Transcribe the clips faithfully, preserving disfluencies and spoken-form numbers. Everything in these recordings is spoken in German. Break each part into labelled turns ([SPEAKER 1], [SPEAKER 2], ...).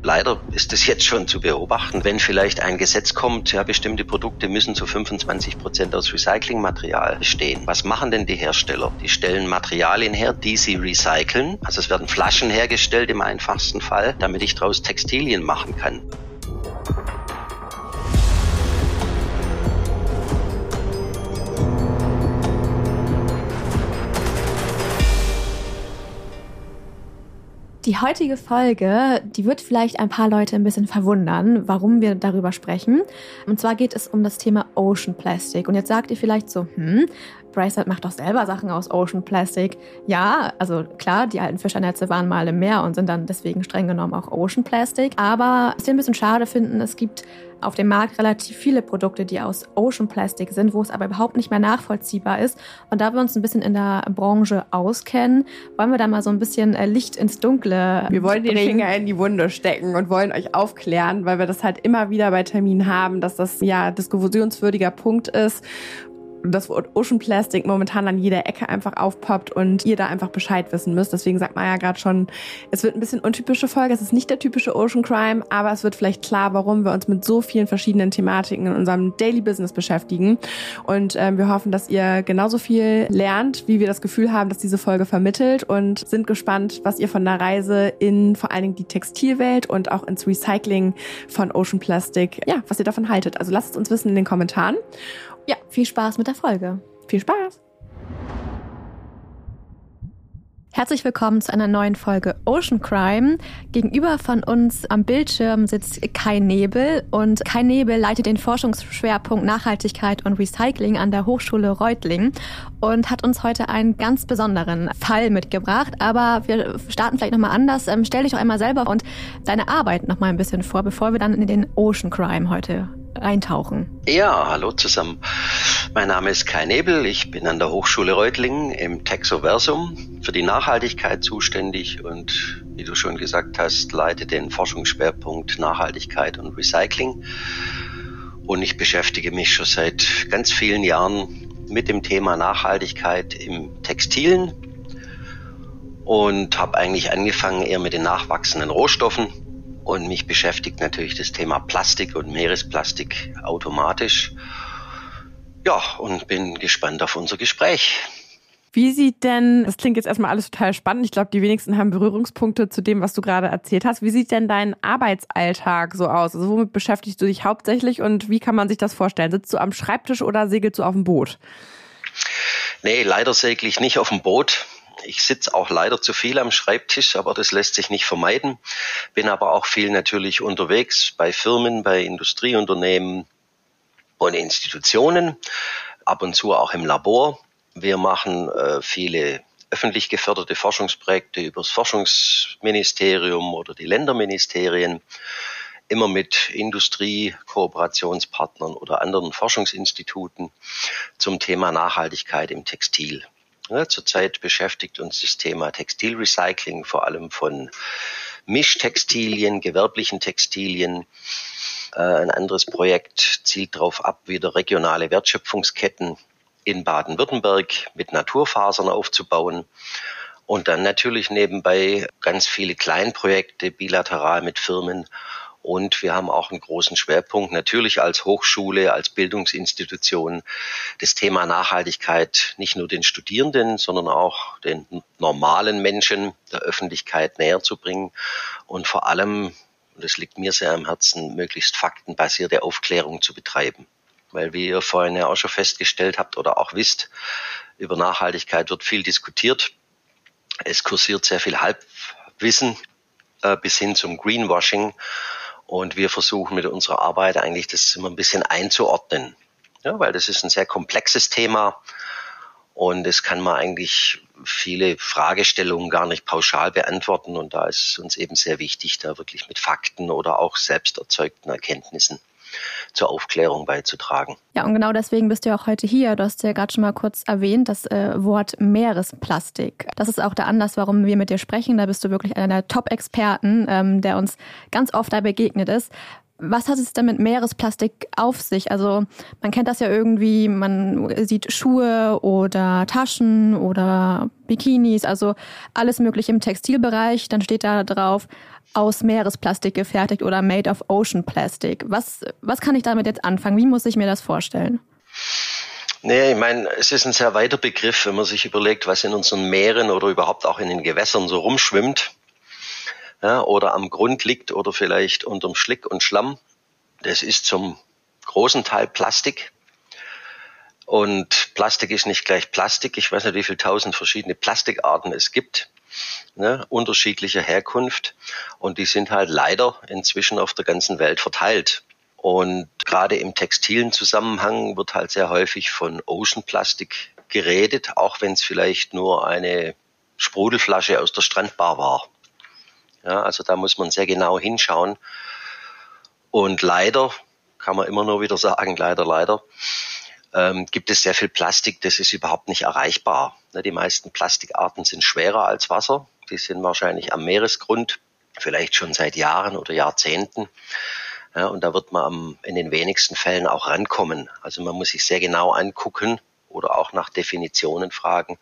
[SPEAKER 1] Leider ist es jetzt schon zu beobachten, wenn vielleicht ein Gesetz kommt, ja, bestimmte Produkte müssen zu fünfundzwanzig Prozent aus Recyclingmaterial bestehen. Was machen denn die Hersteller? Die stellen Materialien her, die sie recyceln. Also es werden Flaschen hergestellt im einfachsten Fall, damit ich daraus Textilien machen kann.
[SPEAKER 2] Die heutige Folge, die wird vielleicht ein paar Leute ein bisschen verwundern, warum wir darüber sprechen. Und zwar geht es um das Thema Ocean Plastic. Und jetzt sagt ihr vielleicht so, hm, Bracelet macht doch selber Sachen aus Ocean Plastic. Ja, also klar, die alten Fischernetze waren mal im Meer und sind dann deswegen streng genommen auch Ocean Plastic. Aber was wir ein bisschen schade finden, es gibt auf dem Markt relativ viele Produkte, die aus Ocean Plastic sind, wo es aber überhaupt nicht mehr nachvollziehbar ist. Und da wir uns ein bisschen in der Branche auskennen, wollen wir da mal so ein bisschen Licht ins Dunkle
[SPEAKER 3] Wir wollen den
[SPEAKER 2] bringen.
[SPEAKER 3] Finger in die Wunde stecken und wollen euch aufklären, weil wir das halt immer wieder bei Terminen haben, dass das ja diskussionswürdiger Punkt ist. Das Wort Ocean Plastic momentan an jeder Ecke einfach aufpoppt und ihr da einfach Bescheid wissen müsst. Deswegen sagt man ja gerade schon, es wird ein bisschen untypische Folge. Es ist nicht der typische Ocean Crime, aber es wird vielleicht klar, warum wir uns mit so vielen verschiedenen Thematiken in unserem Daily Business beschäftigen. Und ähm, wir hoffen, dass ihr genauso viel lernt, wie wir das Gefühl haben, dass diese Folge vermittelt, und sind gespannt, was ihr von der Reise in vor allen Dingen die Textilwelt und auch ins Recycling von Ocean Plastic, ja, was ihr davon haltet. Also lasst es uns wissen in den Kommentaren.
[SPEAKER 2] Ja, viel Spaß mit der Folge.
[SPEAKER 3] Viel Spaß!
[SPEAKER 2] Herzlich willkommen zu einer neuen Folge Ocean Crime. Gegenüber von uns am Bildschirm sitzt Kai Nebel, und Kai Nebel leitet den Forschungsschwerpunkt Nachhaltigkeit und Recycling an der Hochschule Reutlingen und hat uns heute einen ganz besonderen Fall mitgebracht. Aber wir starten vielleicht nochmal anders. Ähm, stell dich doch einmal selber und deine Arbeit nochmal ein bisschen vor, bevor wir dann in den Ocean Crime heute eintauchen.
[SPEAKER 1] Ja, hallo zusammen. Mein Name ist Kai Nebel. Ich bin an der Hochschule Reutlingen im Texoversum für die Nachhaltigkeit zuständig und, wie du schon gesagt hast, leite den Forschungsschwerpunkt Nachhaltigkeit und Recycling. Und ich beschäftige mich schon seit ganz vielen Jahren mit dem Thema Nachhaltigkeit im Textilen und habe eigentlich angefangen eher mit den nachwachsenden Rohstoffen. Und mich beschäftigt natürlich das Thema Plastik und Meeresplastik automatisch. Ja, und bin gespannt auf unser Gespräch.
[SPEAKER 3] Wie sieht denn, das klingt jetzt erstmal alles total spannend, ich glaube, die wenigsten haben Berührungspunkte zu dem, was du gerade erzählt hast. Wie sieht denn dein Arbeitsalltag so aus? Also womit beschäftigst du dich hauptsächlich und wie kann man sich das vorstellen? Sitzt du am Schreibtisch oder segelst du auf dem Boot?
[SPEAKER 1] Nee, leider segle ich nicht auf dem Boot. Ich sitze auch leider zu viel am Schreibtisch, aber das lässt sich nicht vermeiden. Bin aber auch viel natürlich unterwegs bei Firmen, bei Industrieunternehmen und Institutionen, ab und zu auch im Labor. Wir machen äh, viele öffentlich geförderte Forschungsprojekte über das Forschungsministerium oder die Länderministerien, immer mit Industrie, Kooperationspartnern oder anderen Forschungsinstituten zum Thema Nachhaltigkeit im Textil. Ja, zurzeit beschäftigt uns das Thema Textilrecycling, vor allem von Mischtextilien, gewerblichen Textilien. Äh, ein anderes Projekt zielt darauf ab, wieder regionale Wertschöpfungsketten in Baden-Württemberg mit Naturfasern aufzubauen. Und dann natürlich nebenbei ganz viele Kleinprojekte bilateral mit Firmen. Und wir haben auch einen großen Schwerpunkt, natürlich als Hochschule, als Bildungsinstitution, das Thema Nachhaltigkeit nicht nur den Studierenden, sondern auch den normalen Menschen der Öffentlichkeit näher zu bringen und vor allem, und das liegt mir sehr am Herzen, möglichst faktenbasierte Aufklärung zu betreiben. Weil, wie ihr vorhin ja auch schon festgestellt habt oder auch wisst, über Nachhaltigkeit wird viel diskutiert. Es kursiert sehr viel Halbwissen äh, bis hin zum Greenwashing. Und wir versuchen mit unserer Arbeit eigentlich das immer ein bisschen einzuordnen. Ja, weil das ist ein sehr komplexes Thema und es kann man eigentlich viele Fragestellungen gar nicht pauschal beantworten. Und da ist es uns eben sehr wichtig, da wirklich mit Fakten oder auch selbst erzeugten Erkenntnissen zur Aufklärung beizutragen.
[SPEAKER 2] Ja, und genau deswegen bist du ja auch heute hier. Du hast ja gerade schon mal kurz erwähnt, das äh, Wort Meeresplastik. Das ist auch der Anlass, warum wir mit dir sprechen. Da bist du wirklich einer der Top-Experten, ähm, der uns ganz oft da begegnet ist. Was hat es denn mit Meeresplastik auf sich? Also man kennt das ja irgendwie, man sieht Schuhe oder Taschen oder Bikinis, also alles mögliche im Textilbereich. Dann steht da drauf, aus Meeresplastik gefertigt oder made of ocean plastic. Was, was kann ich damit jetzt anfangen? Wie muss ich mir das vorstellen?
[SPEAKER 1] Nee, ich meine, es ist ein sehr weiter Begriff, wenn man sich überlegt, was in unseren Meeren oder überhaupt auch in den Gewässern so rumschwimmt. Ja, oder am Grund liegt oder vielleicht unterm Schlick und Schlamm. Das ist zum großen Teil Plastik. Und Plastik ist nicht gleich Plastik. Ich weiß nicht, wie viele tausend verschiedene Plastikarten es gibt, ne, unterschiedlicher Herkunft. Und die sind halt leider inzwischen auf der ganzen Welt verteilt. Und gerade im textilen Zusammenhang wird halt sehr häufig von Ocean Plastic geredet, auch wenn es vielleicht nur eine Sprudelflasche aus der Strandbar war. Ja, also da muss man sehr genau hinschauen. Und leider, kann man immer nur wieder sagen, leider, leider, ähm, gibt es sehr viel Plastik, das ist überhaupt nicht erreichbar. Ne, die meisten Plastikarten sind schwerer als Wasser. Die sind wahrscheinlich am Meeresgrund, vielleicht schon seit Jahren oder Jahrzehnten. Ja, und da wird man am, in den wenigsten Fällen auch rankommen. Also man muss sich sehr genau angucken oder auch nach Definitionen fragen,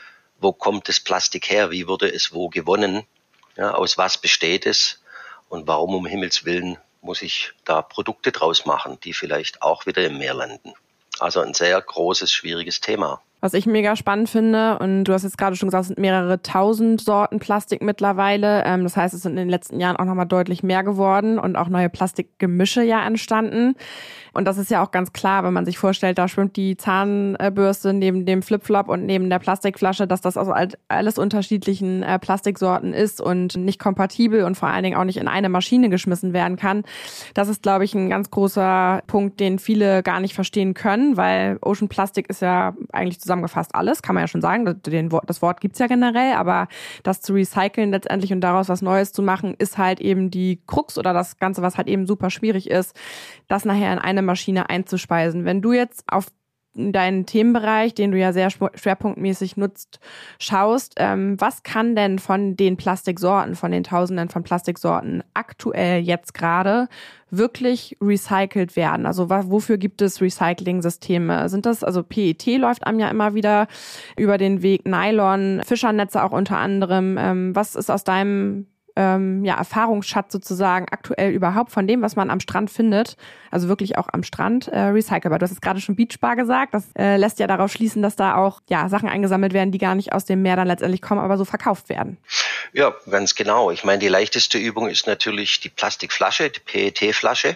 [SPEAKER 1] wo kommt das Plastik her, wie wurde es wo gewonnen? Ja, aus was besteht es und warum um Himmels Willen muss ich da Produkte draus machen, die vielleicht auch wieder im Meer landen. Also ein sehr großes, schwieriges Thema.
[SPEAKER 3] Was ich mega spannend finde, und du hast jetzt gerade schon gesagt, es sind mehrere tausend Sorten Plastik mittlerweile. Ähm, das heißt, es sind in den letzten Jahren auch nochmal deutlich mehr geworden und auch neue Plastikgemische ja entstanden. Und das ist ja auch ganz klar, wenn man sich vorstellt, da schwimmt die Zahnbürste neben dem Flipflop und neben der Plastikflasche, dass das aus alles unterschiedlichen äh, Plastiksorten ist und nicht kompatibel und vor allen Dingen auch nicht in eine Maschine geschmissen werden kann. Das ist, glaube ich, ein ganz großer Punkt, den viele gar nicht verstehen können, weil Ocean Plastic ist ja eigentlich zusammengefasst alles, kann man ja schon sagen. Den, das Wort gibt's ja generell, aber das zu recyceln letztendlich und daraus was Neues zu machen, ist halt eben die Krux oder das Ganze, was halt eben super schwierig ist, das nachher in eine Maschine einzuspeisen. Wenn du jetzt auf deinen Themenbereich, den du ja sehr schwerpunktmäßig nutzt, schaust, ähm, was kann denn von den Plastiksorten, von den Tausenden von Plastiksorten aktuell jetzt gerade wirklich recycelt werden? Also wofür gibt es Recycling-Systeme? Sind das, also P E T läuft einem ja immer wieder über den Weg, Nylon, Fischernetze auch unter anderem. Ähm, was ist aus deinem ähm, ja, Erfahrungsschatz sozusagen aktuell überhaupt von dem, was man am Strand findet, also wirklich auch am Strand, äh, recycelbar? Du hast jetzt gerade schon Beachbar gesagt, das äh, lässt ja darauf schließen, dass da auch ja Sachen eingesammelt werden, die gar nicht aus dem Meer dann letztendlich kommen, aber so verkauft werden.
[SPEAKER 1] Ja, ganz genau. Ich meine, die leichteste Übung ist natürlich die Plastikflasche, die P E T-Flasche.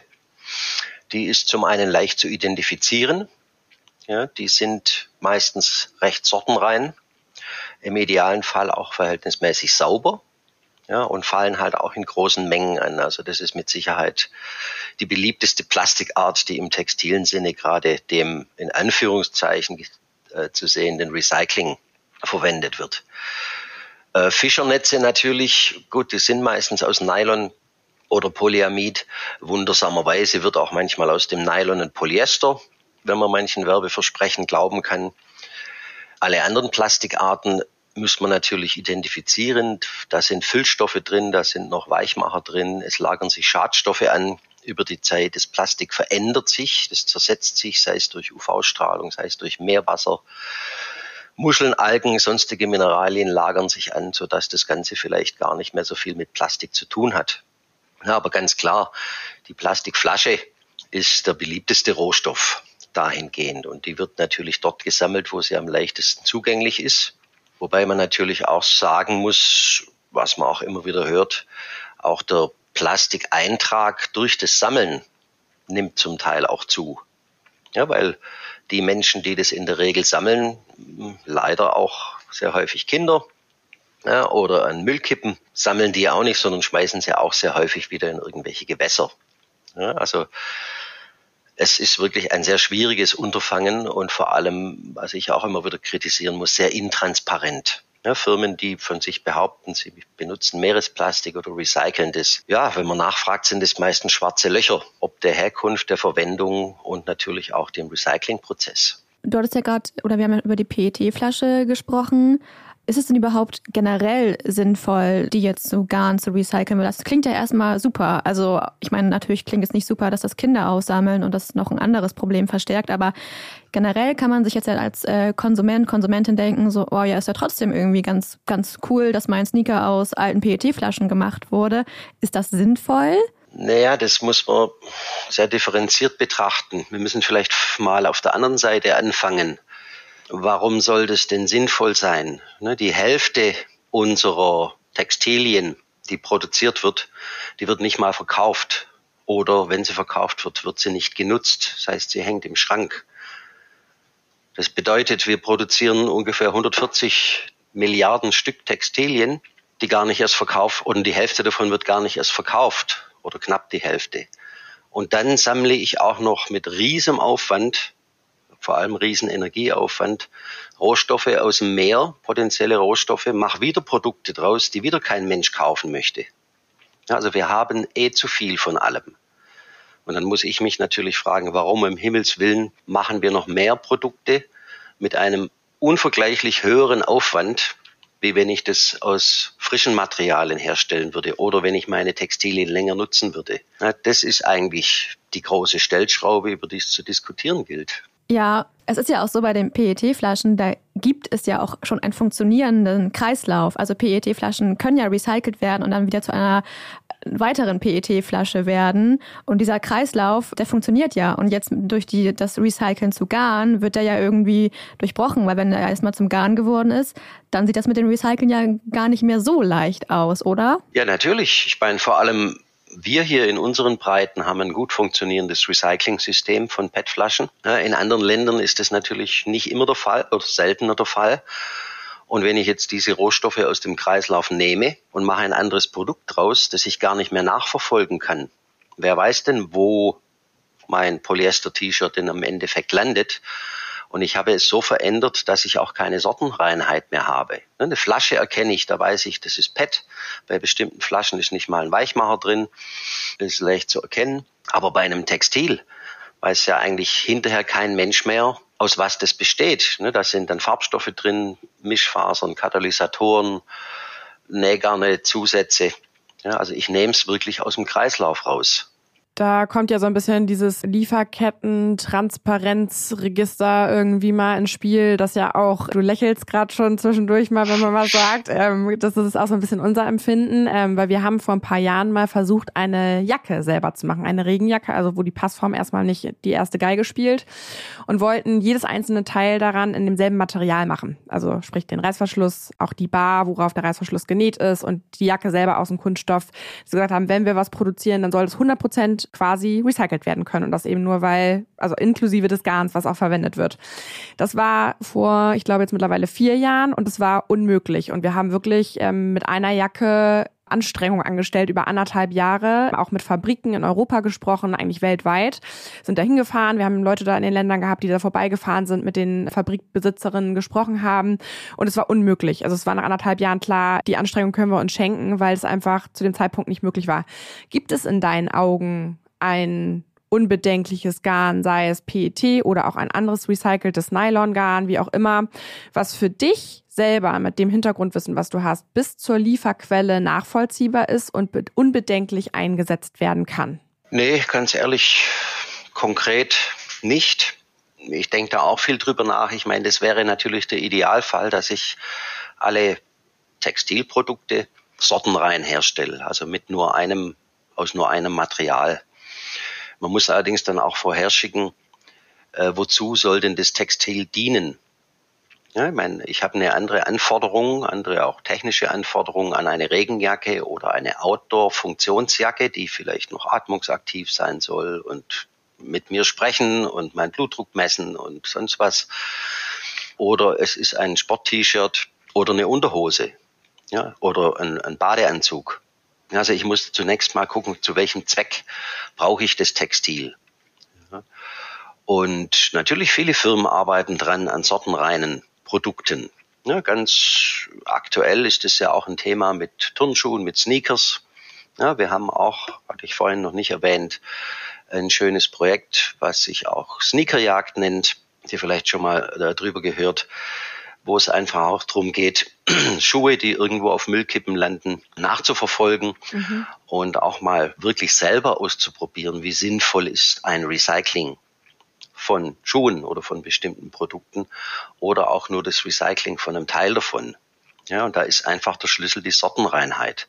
[SPEAKER 1] Die ist zum einen leicht zu identifizieren. Ja, die sind meistens recht sortenrein, im idealen Fall auch verhältnismäßig sauber. Ja, und fallen halt auch in großen Mengen an. Also das ist mit Sicherheit die beliebteste Plastikart, die im textilen Sinne gerade dem in Anführungszeichen äh, zu sehenden Recycling verwendet wird. Äh, Fischernetze natürlich, gut, die sind meistens aus Nylon oder Polyamid. Wundersamerweise wird auch manchmal aus dem Nylon und Polyester, wenn man manchen Werbeversprechen glauben kann. Alle anderen Plastikarten muss man natürlich identifizieren. Da sind Füllstoffe drin, da sind noch Weichmacher drin, es lagern sich Schadstoffe an über die Zeit. Das Plastik verändert sich, das zersetzt sich, sei es durch U V-Strahlung, sei es durch Meerwasser. Muscheln, Algen, sonstige Mineralien lagern sich an, sodass das Ganze vielleicht gar nicht mehr so viel mit Plastik zu tun hat. Ja, aber ganz klar, die Plastikflasche ist der beliebteste Rohstoff dahingehend. Und die wird natürlich dort gesammelt, wo sie am leichtesten zugänglich ist. Wobei man natürlich auch sagen muss, was man auch immer wieder hört, auch der Plastikeintrag durch das Sammeln nimmt zum Teil auch zu. Ja, weil die Menschen, die das in der Regel sammeln, leider auch sehr häufig Kinder, ja, oder an Müllkippen, sammeln die auch nicht, sondern schmeißen sie auch sehr häufig wieder in irgendwelche Gewässer. Ja, also es ist wirklich ein sehr schwieriges Unterfangen und vor allem, was ich auch immer wieder kritisieren muss, sehr intransparent. Ja, Firmen, die von sich behaupten, sie benutzen Meeresplastik oder recyceln das. Ja, wenn man nachfragt, sind es meistens schwarze Löcher, ob der Herkunft, der Verwendung und natürlich auch dem Recyclingprozess.
[SPEAKER 2] Du hattest ja gerade, oder wir haben ja über die P E T-Flasche gesprochen. Ist es denn überhaupt generell sinnvoll, die jetzt so Garn zu recyceln? Weil das klingt ja erstmal super. Also ich meine, natürlich klingt es nicht super, dass das Kinder aussammeln und das noch ein anderes Problem verstärkt, aber generell kann man sich jetzt ja als äh, Konsument, Konsumentin denken, so, oh ja, ist ja trotzdem irgendwie ganz, ganz cool, dass mein Sneaker aus alten P E T-Flaschen gemacht wurde. Ist das sinnvoll?
[SPEAKER 1] Naja, das muss man sehr differenziert betrachten. Wir müssen vielleicht mal auf der anderen Seite anfangen. Warum soll das denn sinnvoll sein? Die Hälfte unserer Textilien, die produziert wird, die wird nicht mal verkauft. Oder wenn sie verkauft wird, wird sie nicht genutzt. Das heißt, sie hängt im Schrank. Das bedeutet, wir produzieren ungefähr hundertvierzig Milliarden Stück Textilien, die gar nicht erst verkauft, und die Hälfte davon wird gar nicht erst verkauft. Oder knapp die Hälfte. Und dann sammle ich auch noch mit riesem Aufwand, vor allem riesen Energieaufwand, Rohstoffe aus dem Meer, potenzielle Rohstoffe, mache wieder Produkte draus, die wieder kein Mensch kaufen möchte. Also wir haben eh zu viel von allem. Und dann muss ich mich natürlich fragen, warum um Himmels Willen machen wir noch mehr Produkte mit einem unvergleichlich höheren Aufwand, wie wenn ich das aus frischen Materialien herstellen würde oder wenn ich meine Textilien länger nutzen würde. Das ist eigentlich die große Stellschraube, über die es zu diskutieren gilt.
[SPEAKER 2] Ja, es ist ja auch so bei den P E T-Flaschen, da gibt es ja auch schon einen funktionierenden Kreislauf. Also P E T-Flaschen können ja recycelt werden und dann wieder zu einer weiteren P E T-Flasche werden. Und dieser Kreislauf, der funktioniert ja. Und jetzt durch die, das Recyceln zu Garn wird der ja irgendwie durchbrochen, weil wenn der erstmal zum Garn geworden ist, dann sieht das mit dem Recyceln ja gar nicht mehr so leicht aus, oder?
[SPEAKER 1] Ja, natürlich. Ich meine, vor allem wir hier in unseren Breiten haben ein gut funktionierendes Recycling-System von P E T-Flaschen. In anderen Ländern ist das natürlich nicht immer der Fall oder seltener der Fall. Und wenn ich jetzt diese Rohstoffe aus dem Kreislauf nehme und mache ein anderes Produkt draus, das ich gar nicht mehr nachverfolgen kann, wer weiß denn, wo mein Polyester-T-Shirt denn am Endeffekt landet? Und ich habe es so verändert, dass ich auch keine Sortenreinheit mehr habe. Eine Flasche erkenne ich, da weiß ich, das ist P E T. Bei bestimmten Flaschen ist nicht mal ein Weichmacher drin. Das ist leicht zu erkennen. Aber bei einem Textil weiß ja eigentlich hinterher kein Mensch mehr, aus was das besteht. Da sind dann Farbstoffe drin, Mischfasern, Katalysatoren, Nähgarne, Zusätze. Also ich nehme es wirklich aus dem Kreislauf raus.
[SPEAKER 3] Da kommt ja so ein bisschen dieses Lieferketten-Transparenzregister irgendwie mal ins Spiel, das ja auch, du lächelst gerade schon zwischendurch mal, wenn man was sagt, ähm, das ist auch so ein bisschen unser Empfinden, ähm, weil wir haben vor ein paar Jahren mal versucht, eine Jacke selber zu machen, eine Regenjacke, also wo die Passform erstmal nicht die erste Geige spielt, und wollten jedes einzelne Teil daran in demselben Material machen, also sprich den Reißverschluss, auch die Bar, worauf der Reißverschluss genäht ist, und die Jacke selber aus dem Kunststoff, dass wir gesagt haben, wenn wir was produzieren, dann soll das hundert Prozent quasi recycelt werden können. Und das eben nur, weil, also inklusive des Garns, was auch verwendet wird. Das war vor, ich glaube jetzt mittlerweile vier Jahren, und es war unmöglich. Und wir haben wirklich ähm, mit einer Jacke Anstrengungen angestellt über anderthalb Jahre, auch mit Fabriken in Europa gesprochen, eigentlich weltweit, sind da hingefahren. Wir haben Leute da in den Ländern gehabt, die da vorbeigefahren sind, mit den Fabrikbesitzerinnen gesprochen haben, und es war unmöglich. Also es war nach anderthalb Jahren klar, die Anstrengung können wir uns schenken, weil es einfach zu dem Zeitpunkt nicht möglich war. Gibt es in deinen Augen ein unbedenkliches Garn, sei es P E T oder auch ein anderes recyceltes Nylongarn, wie auch immer, was für dich selber mit dem Hintergrundwissen, was du hast, bis zur Lieferquelle nachvollziehbar ist und unbedenklich eingesetzt werden kann?
[SPEAKER 1] Nee, ganz ehrlich, konkret nicht. Ich denke da auch viel drüber nach. Ich meine, das wäre natürlich der Idealfall, dass ich alle Textilprodukte sortenrein herstelle, also mit nur einem, aus nur einem Material. Man muss allerdings dann auch vorherschicken, äh, wozu soll denn das Textil dienen? Ja, ich meine, ich habe eine andere Anforderung, andere auch technische Anforderungen an eine Regenjacke oder eine Outdoor-Funktionsjacke, die vielleicht noch atmungsaktiv sein soll und mit mir sprechen und meinen Blutdruck messen und sonst was. Oder es ist ein Sport-T-Shirt oder eine Unterhose, ja, oder ein, ein Badeanzug. Also ich muss zunächst mal gucken, zu welchem Zweck brauche ich das Textil. Ja. Und natürlich viele Firmen arbeiten dran an sortenreinen Produkten. Ja, ganz aktuell ist es ja auch ein Thema mit Turnschuhen, mit Sneakers. Ja, wir haben auch, hatte ich vorhin noch nicht erwähnt, ein schönes Projekt, was sich auch Sneakerjagd nennt, die vielleicht schon mal darüber gehört, wo es einfach auch darum geht, Schuhe, die irgendwo auf Müllkippen landen, nachzuverfolgen mhm. und auch mal wirklich selber auszuprobieren, wie sinnvoll ist ein Recycling von Schuhen oder von bestimmten Produkten oder auch nur das Recycling von einem Teil davon. Ja, und da ist einfach der Schlüssel die Sortenreinheit.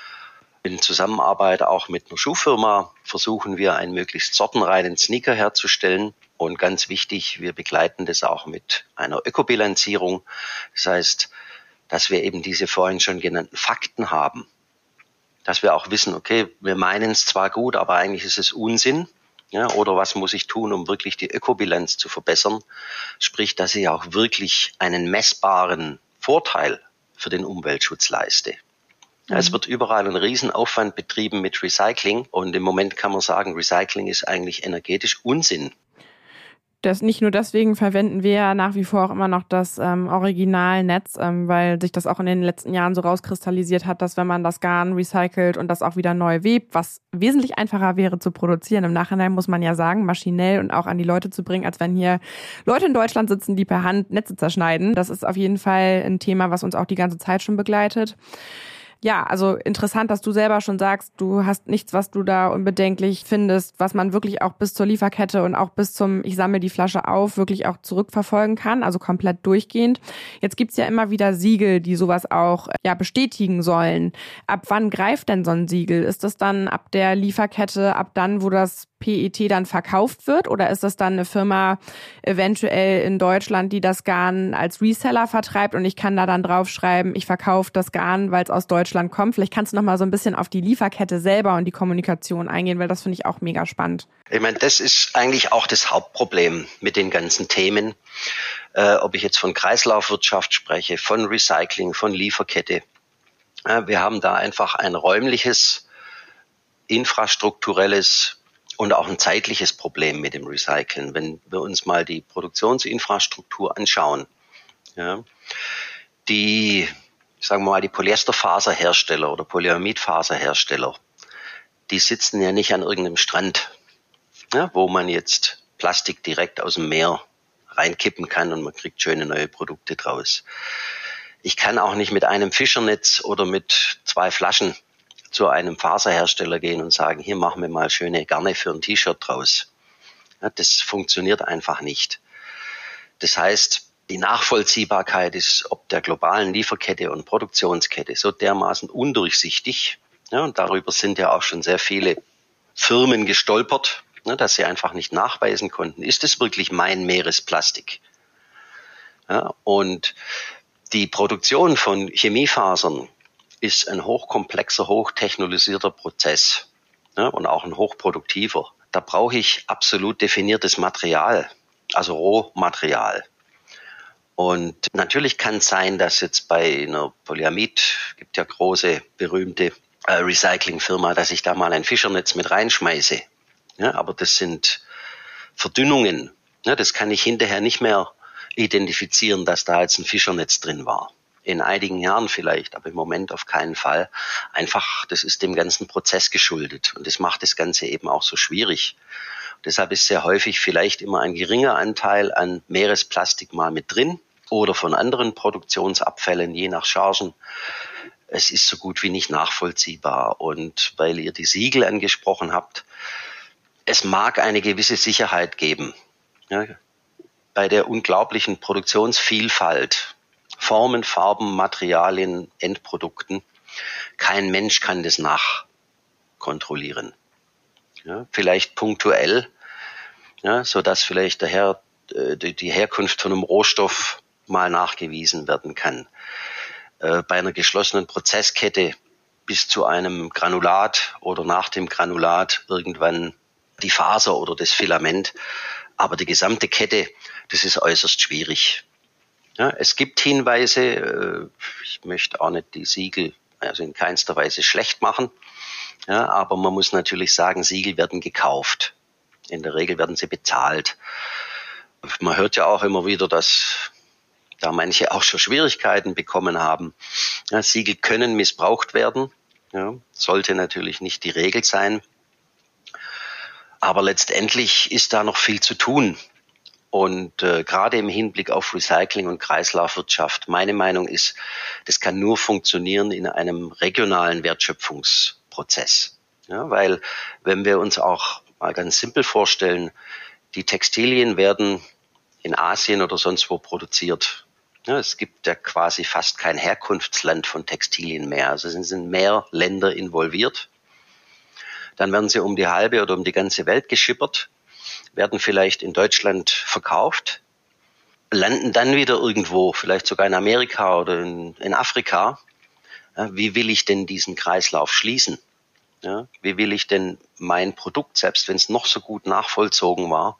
[SPEAKER 1] In Zusammenarbeit auch mit einer Schuhfirma versuchen wir, einen möglichst sortenreinen Sneaker herzustellen. Und ganz wichtig, wir begleiten das auch mit einer Ökobilanzierung. Das heißt, dass wir eben diese vorhin schon genannten Fakten haben. Dass wir auch wissen, okay, wir meinen es zwar gut, aber eigentlich ist es Unsinn. Ja, oder was muss ich tun, um wirklich die Ökobilanz zu verbessern? Sprich, dass ich auch wirklich einen messbaren Vorteil für den Umweltschutz leiste. Ja, mhm. Es wird überall ein Riesenaufwand betrieben mit Recycling. Und im Moment kann man sagen, Recycling ist eigentlich energetisch Unsinn.
[SPEAKER 3] Das, nicht nur deswegen verwenden wir ja nach wie vor auch immer noch das ähm, Originalnetz, ähm, weil sich das auch in den letzten Jahren so rauskristallisiert hat, dass wenn man das Garn recycelt und das auch wieder neu webt, was wesentlich einfacher wäre zu produzieren. Im Nachhinein muss man ja sagen, maschinell und auch an die Leute zu bringen, als wenn hier Leute in Deutschland sitzen, die per Hand Netze zerschneiden. Das ist auf jeden Fall ein Thema, was uns auch die ganze Zeit schon begleitet. Ja, also interessant, dass du selber schon sagst, du hast nichts, was du da unbedenklich findest, was man wirklich auch bis zur Lieferkette und auch bis zum ich sammle die Flasche auf wirklich auch zurückverfolgen kann, also komplett durchgehend. Jetzt gibt's ja immer wieder Siegel, die sowas auch ja bestätigen sollen. Ab wann greift denn so ein Siegel? Ist das dann ab der Lieferkette, ab dann, wo das P E T dann verkauft wird? Oder ist das dann eine Firma eventuell in Deutschland, die das Garn als Reseller vertreibt und ich kann da dann draufschreiben, ich verkaufe das Garn, weil es aus Deutschland kommt? Vielleicht kannst du noch mal so ein bisschen auf die Lieferkette selber und die Kommunikation eingehen, weil das finde ich auch mega spannend.
[SPEAKER 1] Ich meine, das ist eigentlich auch das Hauptproblem mit den ganzen Themen. Äh, ob ich jetzt von Kreislaufwirtschaft spreche, von Recycling, von Lieferkette. Äh, wir haben da einfach ein räumliches, infrastrukturelles und auch ein zeitliches Problem mit dem Recyceln. Wenn wir uns mal die Produktionsinfrastruktur anschauen, ja, die, sagen wir mal, die Polyesterfaserhersteller oder Polyamidfaserhersteller, die sitzen ja nicht an irgendeinem Strand, ja, wo man jetzt Plastik direkt aus dem Meer reinkippen kann und man kriegt schöne neue Produkte draus. Ich kann auch nicht mit einem Fischernetz oder mit zwei Flaschen zu einem Faserhersteller gehen und sagen, hier machen wir mal schöne Garne für ein T-Shirt draus. Ja, das funktioniert einfach nicht. Das heißt, die Nachvollziehbarkeit ist ob der globalen Lieferkette und Produktionskette so dermaßen undurchsichtig. Ja, und darüber sind ja auch schon sehr viele Firmen gestolpert, ja, dass sie einfach nicht nachweisen konnten, ist es wirklich mein Meeresplastik? Ja, und die Produktion von Chemiefasern ist ein hochkomplexer, hochtechnologisierter Prozess, ja, und auch ein hochproduktiver. Da brauche ich absolut definiertes Material, also Rohmaterial. Und natürlich kann es sein, dass jetzt bei einer Polyamid, gibt ja große, berühmte äh, Recyclingfirma, dass ich da mal ein Fischernetz mit reinschmeiße. Ja, aber das sind Verdünnungen. Ja, das kann ich hinterher nicht mehr identifizieren, dass da jetzt ein Fischernetz drin war. In einigen Jahren vielleicht, aber im Moment auf keinen Fall. Einfach, das ist dem ganzen Prozess geschuldet. Und das macht das Ganze eben auch so schwierig. Und deshalb ist sehr häufig vielleicht immer ein geringer Anteil an Meeresplastik mal mit drin oder von anderen Produktionsabfällen, je nach Chargen. Es ist so gut wie nicht nachvollziehbar. Und weil ihr die Siegel angesprochen habt, es mag eine gewisse Sicherheit geben. Ja, bei der unglaublichen Produktionsvielfalt, Formen, Farben, Materialien, Endprodukten. Kein Mensch kann das nachkontrollieren. Ja, vielleicht punktuell, ja, so dass vielleicht der Her, die, die Herkunft von einem Rohstoff mal nachgewiesen werden kann. Äh, bei einer geschlossenen Prozesskette bis zu einem Granulat oder nach dem Granulat irgendwann die Faser oder das Filament. Aber die gesamte Kette, das ist äußerst schwierig. Ja, es gibt Hinweise, ich möchte auch nicht die Siegel also in keinster Weise schlecht machen, ja, aber man muss natürlich sagen, Siegel werden gekauft. In der Regel werden sie bezahlt. Man hört ja auch immer wieder, dass da manche auch schon Schwierigkeiten bekommen haben. Ja, Siegel können missbraucht werden, ja, sollte natürlich nicht die Regel sein. Aber letztendlich ist da noch viel zu tun. Und äh, gerade im Hinblick auf Recycling und Kreislaufwirtschaft, meine Meinung ist, das kann nur funktionieren in einem regionalen Wertschöpfungsprozess. Ja, weil wenn wir uns auch mal ganz simpel vorstellen, die Textilien werden in Asien oder sonst wo produziert. Ja, es gibt ja quasi fast kein Herkunftsland von Textilien mehr. Also es sind mehr Länder involviert. Dann werden sie um die halbe oder um die ganze Welt geschippert, werden vielleicht in Deutschland verkauft, landen dann wieder irgendwo, vielleicht sogar in Amerika oder in, in Afrika. Ja, wie will ich denn diesen Kreislauf schließen? Ja, wie will ich denn mein Produkt, selbst wenn es noch so gut nachvollzogen war,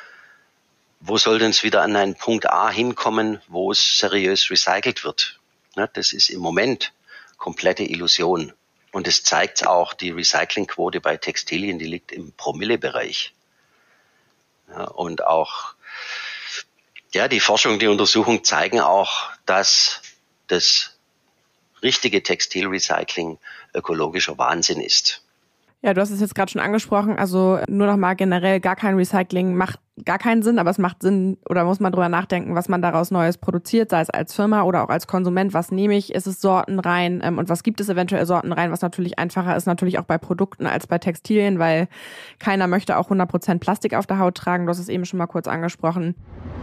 [SPEAKER 1] wo soll denn es wieder an einen Punkt A hinkommen, wo es seriös recycelt wird? Ja, das ist im Moment komplette Illusion. Und es zeigt auch, die Recyclingquote bei Textilien, die liegt im Promillebereich. Ja, und auch ja, die Forschung, die Untersuchung zeigen auch, dass das richtige Textilrecycling ökologischer Wahnsinn ist.
[SPEAKER 3] Ja, du hast es jetzt gerade schon angesprochen, also nur noch mal generell gar kein Recycling macht gar keinen Sinn, aber es macht Sinn oder muss man drüber nachdenken, was man daraus Neues produziert, sei es als Firma oder auch als Konsument. Was nehme ich? Ist es sortenrein? Ähm, und was gibt es eventuell sortenrein? Was natürlich einfacher ist, natürlich auch bei Produkten als bei Textilien, weil keiner möchte auch hundert Prozent Plastik auf der Haut tragen. Du hast es eben schon mal kurz angesprochen.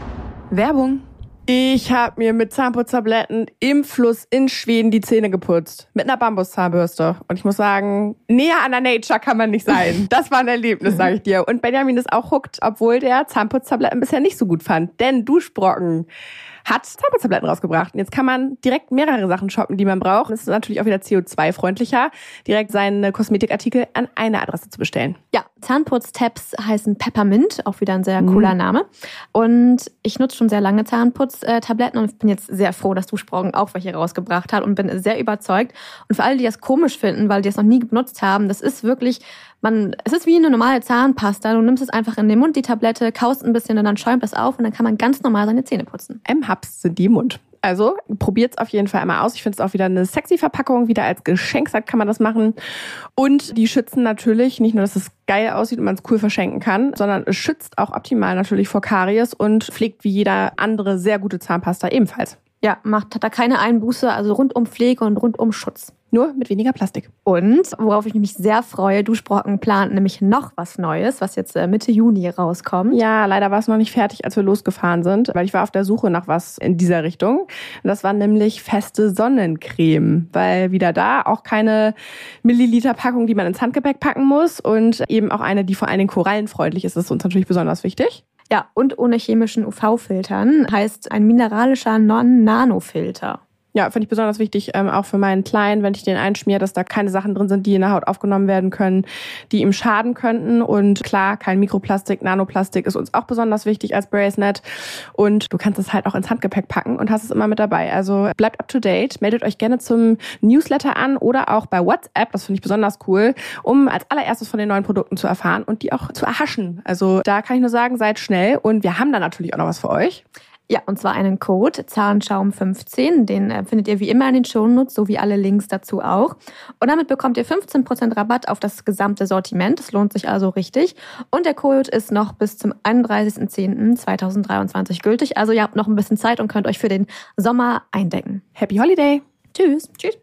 [SPEAKER 3] Werbung. Ich habe mir mit Zahnputztabletten im Fluss in Schweden die Zähne geputzt. Mit einer Bambuszahnbürste. Und ich muss sagen, näher an der Nature kann man nicht sein. Das war ein Erlebnis, sage ich dir. Und Benjamin ist auch hooked, obwohl der Zahnputztabletten bisher nicht so gut fand. Denn Duschbrocken hat Zahnputztabletten rausgebracht. Und jetzt kann man direkt mehrere Sachen shoppen, die man braucht. Es ist natürlich auch wieder C O zwei freundlicher, direkt seine Kosmetikartikel an eine Adresse zu bestellen.
[SPEAKER 2] Ja, Zahnputztabs heißen Peppermint, auch wieder ein sehr cooler mhm. Name. Und ich nutze schon sehr lange Zahnputztabletten und bin jetzt sehr froh, dass Duschbrocken auch welche rausgebracht hat und bin sehr überzeugt. Und für alle, die das komisch finden, weil die das noch nie benutzt haben, das ist wirklich, man, es ist wie eine normale Zahnpasta. Du nimmst es einfach in den Mund, die Tablette, kaust ein bisschen und dann schäumt das auf und dann kann man ganz normal seine Zähne putzen.
[SPEAKER 3] M-Hubs sind die im Mund. Also probiert's auf jeden Fall einmal aus. Ich finde es auch wieder eine sexy Verpackung. Wieder als Geschenksack kann man das machen. Und die schützen natürlich, nicht nur, dass es geil aussieht und man es cool verschenken kann, sondern es schützt auch optimal natürlich vor Karies und pflegt wie jeder andere sehr gute Zahnpasta ebenfalls.
[SPEAKER 2] Ja, macht, hat da keine Einbuße, also rundum Pflege und rundum Schutz.
[SPEAKER 3] Nur mit weniger Plastik.
[SPEAKER 2] Und, worauf ich mich sehr freue, Duschbrocken plant nämlich noch was Neues, was jetzt Mitte Juni rauskommt.
[SPEAKER 3] Ja, leider war es noch nicht fertig, als wir losgefahren sind, weil ich war auf der Suche nach was in dieser Richtung. Das war nämlich feste Sonnencreme, weil wieder da auch keine Milliliter-Packung, die man ins Handgepäck packen muss und eben auch eine, die vor allen Dingen korallenfreundlich ist. Das ist uns natürlich besonders wichtig.
[SPEAKER 2] Ja, und ohne chemischen U V-Filtern, heißt ein mineralischer Non-Nano-Filter.
[SPEAKER 3] Ja, finde ich besonders wichtig, ähm, auch für meinen Kleinen, wenn ich den einschmiere, dass da keine Sachen drin sind, die in der Haut aufgenommen werden können, die ihm schaden könnten. Und klar, kein Mikroplastik, Nanoplastik ist uns auch besonders wichtig als Bracenet. Und du kannst es halt auch ins Handgepäck packen und hast es immer mit dabei. Also bleibt up to date, meldet euch gerne zum Newsletter an oder auch bei WhatsApp, das finde ich besonders cool, um als allererstes von den neuen Produkten zu erfahren und die auch zu erhaschen. Also da kann ich nur sagen, seid schnell und wir haben da natürlich auch noch was für euch.
[SPEAKER 2] Ja, und zwar einen Code, Zahnschaum fünfzehn, den äh, findet ihr wie immer in den Shownotes, sowie alle Links dazu auch. Und damit bekommt ihr fünfzehn Prozent Rabatt auf das gesamte Sortiment, das lohnt sich also richtig. Und der Code ist noch bis zum einunddreißigsten zehnten zweitausenddreiundzwanzig gültig, also ihr habt noch ein bisschen Zeit und könnt euch für den Sommer eindecken.
[SPEAKER 3] Happy Holiday!
[SPEAKER 2] Tschüss! Tschüss!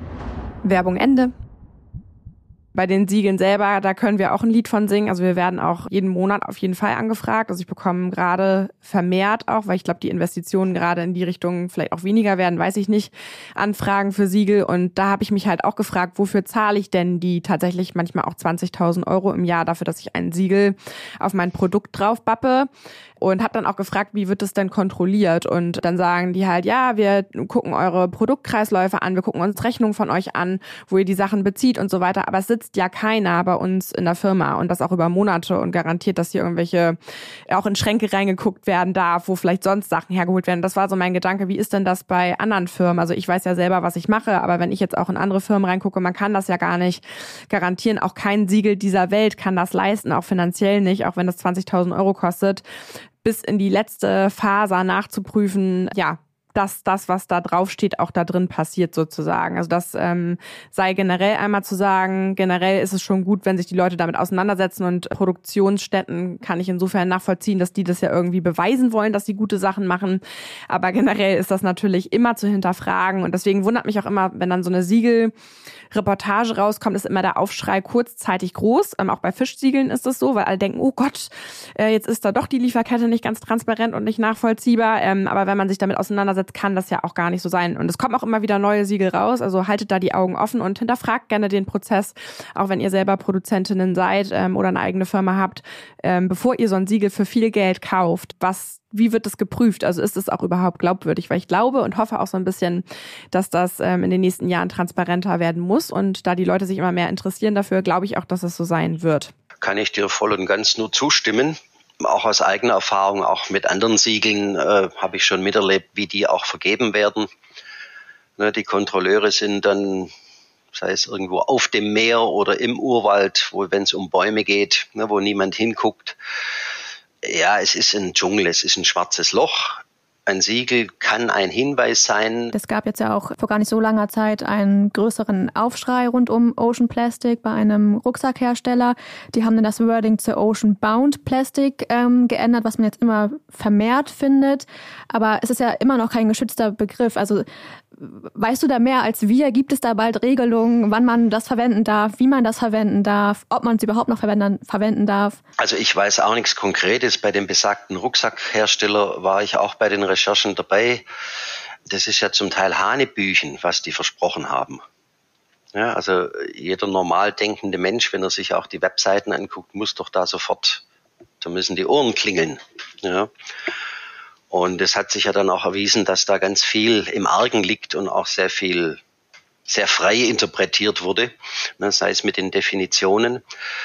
[SPEAKER 3] Werbung Ende. Bei den Siegeln selber, da können wir auch ein Lied von singen. Also wir werden auch jeden Monat auf jeden Fall angefragt. Also ich bekomme gerade vermehrt auch, weil ich glaube, die Investitionen gerade in die Richtung vielleicht auch weniger werden, weiß ich nicht, Anfragen für Siegel. Und da habe ich mich halt auch gefragt, wofür zahle ich denn die tatsächlich manchmal auch zwanzigtausend Euro im Jahr dafür, dass ich ein Siegel auf mein Produkt drauf bappe. Und habe dann auch gefragt, wie wird das denn kontrolliert? Und dann sagen die halt, ja, wir gucken eure Produktkreisläufe an, wir gucken uns Rechnungen von euch an, wo ihr die Sachen bezieht und so weiter. Aber es sitzt ja keiner bei uns in der Firma und das auch über Monate und garantiert, dass hier irgendwelche, auch in Schränke reingeguckt werden darf, wo vielleicht sonst Sachen hergeholt werden. Das war so mein Gedanke, wie ist denn das bei anderen Firmen? Also ich weiß ja selber, was ich mache, aber wenn ich jetzt auch in andere Firmen reingucke, man kann das ja gar nicht garantieren. Auch kein Siegel dieser Welt kann das leisten, auch finanziell nicht, auch wenn das zwanzigtausend Euro kostet. Bis in die letzte Faser nachzuprüfen, ja, dass das, was da drauf steht, auch da drin passiert sozusagen. Also das ähm, sei generell einmal zu sagen, generell ist es schon gut, wenn sich die Leute damit auseinandersetzen, und Produktionsstätten kann ich insofern nachvollziehen, dass die das ja irgendwie beweisen wollen, dass sie gute Sachen machen. Aber generell ist das natürlich immer zu hinterfragen, und deswegen wundert mich auch immer, wenn dann so eine Siegelreportage rauskommt, ist immer der Aufschrei kurzzeitig groß. Ähm, auch bei Fischsiegeln ist es so, weil alle denken, oh Gott, äh, jetzt ist da doch die Lieferkette nicht ganz transparent und nicht nachvollziehbar. Ähm, aber wenn man sich damit auseinandersetzt, kann das ja auch gar nicht so sein. Und es kommen auch immer wieder neue Siegel raus, also haltet da die Augen offen und hinterfragt gerne den Prozess, auch wenn ihr selber Produzentinnen seid ähm, oder eine eigene Firma habt, ähm, bevor ihr so ein Siegel für viel Geld kauft. Was, wie wird das geprüft? Also ist es auch überhaupt glaubwürdig? Weil ich glaube und hoffe auch so ein bisschen, dass das ähm, in den nächsten Jahren transparenter werden muss, und da die Leute sich immer mehr interessieren dafür, glaube ich auch, dass es so sein wird.
[SPEAKER 1] Kann ich dir voll und ganz nur zustimmen. Auch aus eigener Erfahrung, auch mit anderen Siegeln äh, habe ich schon miterlebt, wie die auch vergeben werden. Ne, die Kontrolleure sind dann, sei es irgendwo auf dem Meer oder im Urwald, wo, wenn es um Bäume geht, ne, wo niemand hinguckt. Ja, es ist ein Dschungel, es ist ein schwarzes Loch. Ein Siegel kann ein Hinweis sein.
[SPEAKER 2] Es gab jetzt ja auch vor gar nicht so langer Zeit einen größeren Aufschrei rund um Ocean Plastic bei einem Rucksackhersteller. Die haben dann das Wording zu Ocean Bound Plastic ähm, geändert, was man jetzt immer vermehrt findet. Aber es ist ja immer noch kein geschützter Begriff. Also weißt du da mehr als wir? Gibt es da bald Regelungen, wann man das verwenden darf, wie man das verwenden darf, ob man es überhaupt noch verwenden, verwenden darf?
[SPEAKER 1] Also ich weiß auch nichts Konkretes. Bei dem besagten Rucksackhersteller war ich auch bei den Recherchen dabei. Das ist ja zum Teil Hanebüchen, was die versprochen haben. Ja, also jeder normal denkende Mensch, wenn er sich auch die Webseiten anguckt, muss doch da sofort, da müssen die Ohren klingeln. Ja. Und es hat sich ja dann auch erwiesen, dass da ganz viel im Argen liegt und auch sehr viel, sehr frei interpretiert wurde, ne, sei es mit den Definitionen.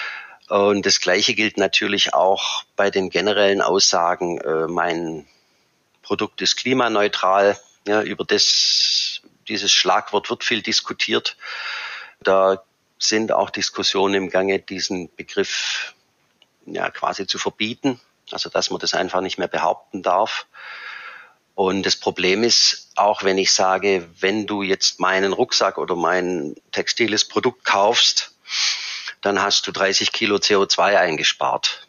[SPEAKER 1] Und das Gleiche gilt natürlich auch bei den generellen Aussagen, äh, mein Produkt ist klimaneutral. Ja, über das, dieses Schlagwort wird viel diskutiert. Da sind auch Diskussionen im Gange, diesen Begriff ja quasi zu verbieten. Also dass man das einfach nicht mehr behaupten darf. Und das Problem ist, auch wenn ich sage, wenn du jetzt meinen Rucksack oder mein textiles Produkt kaufst, dann hast du dreißig Kilo C O zwei eingespart.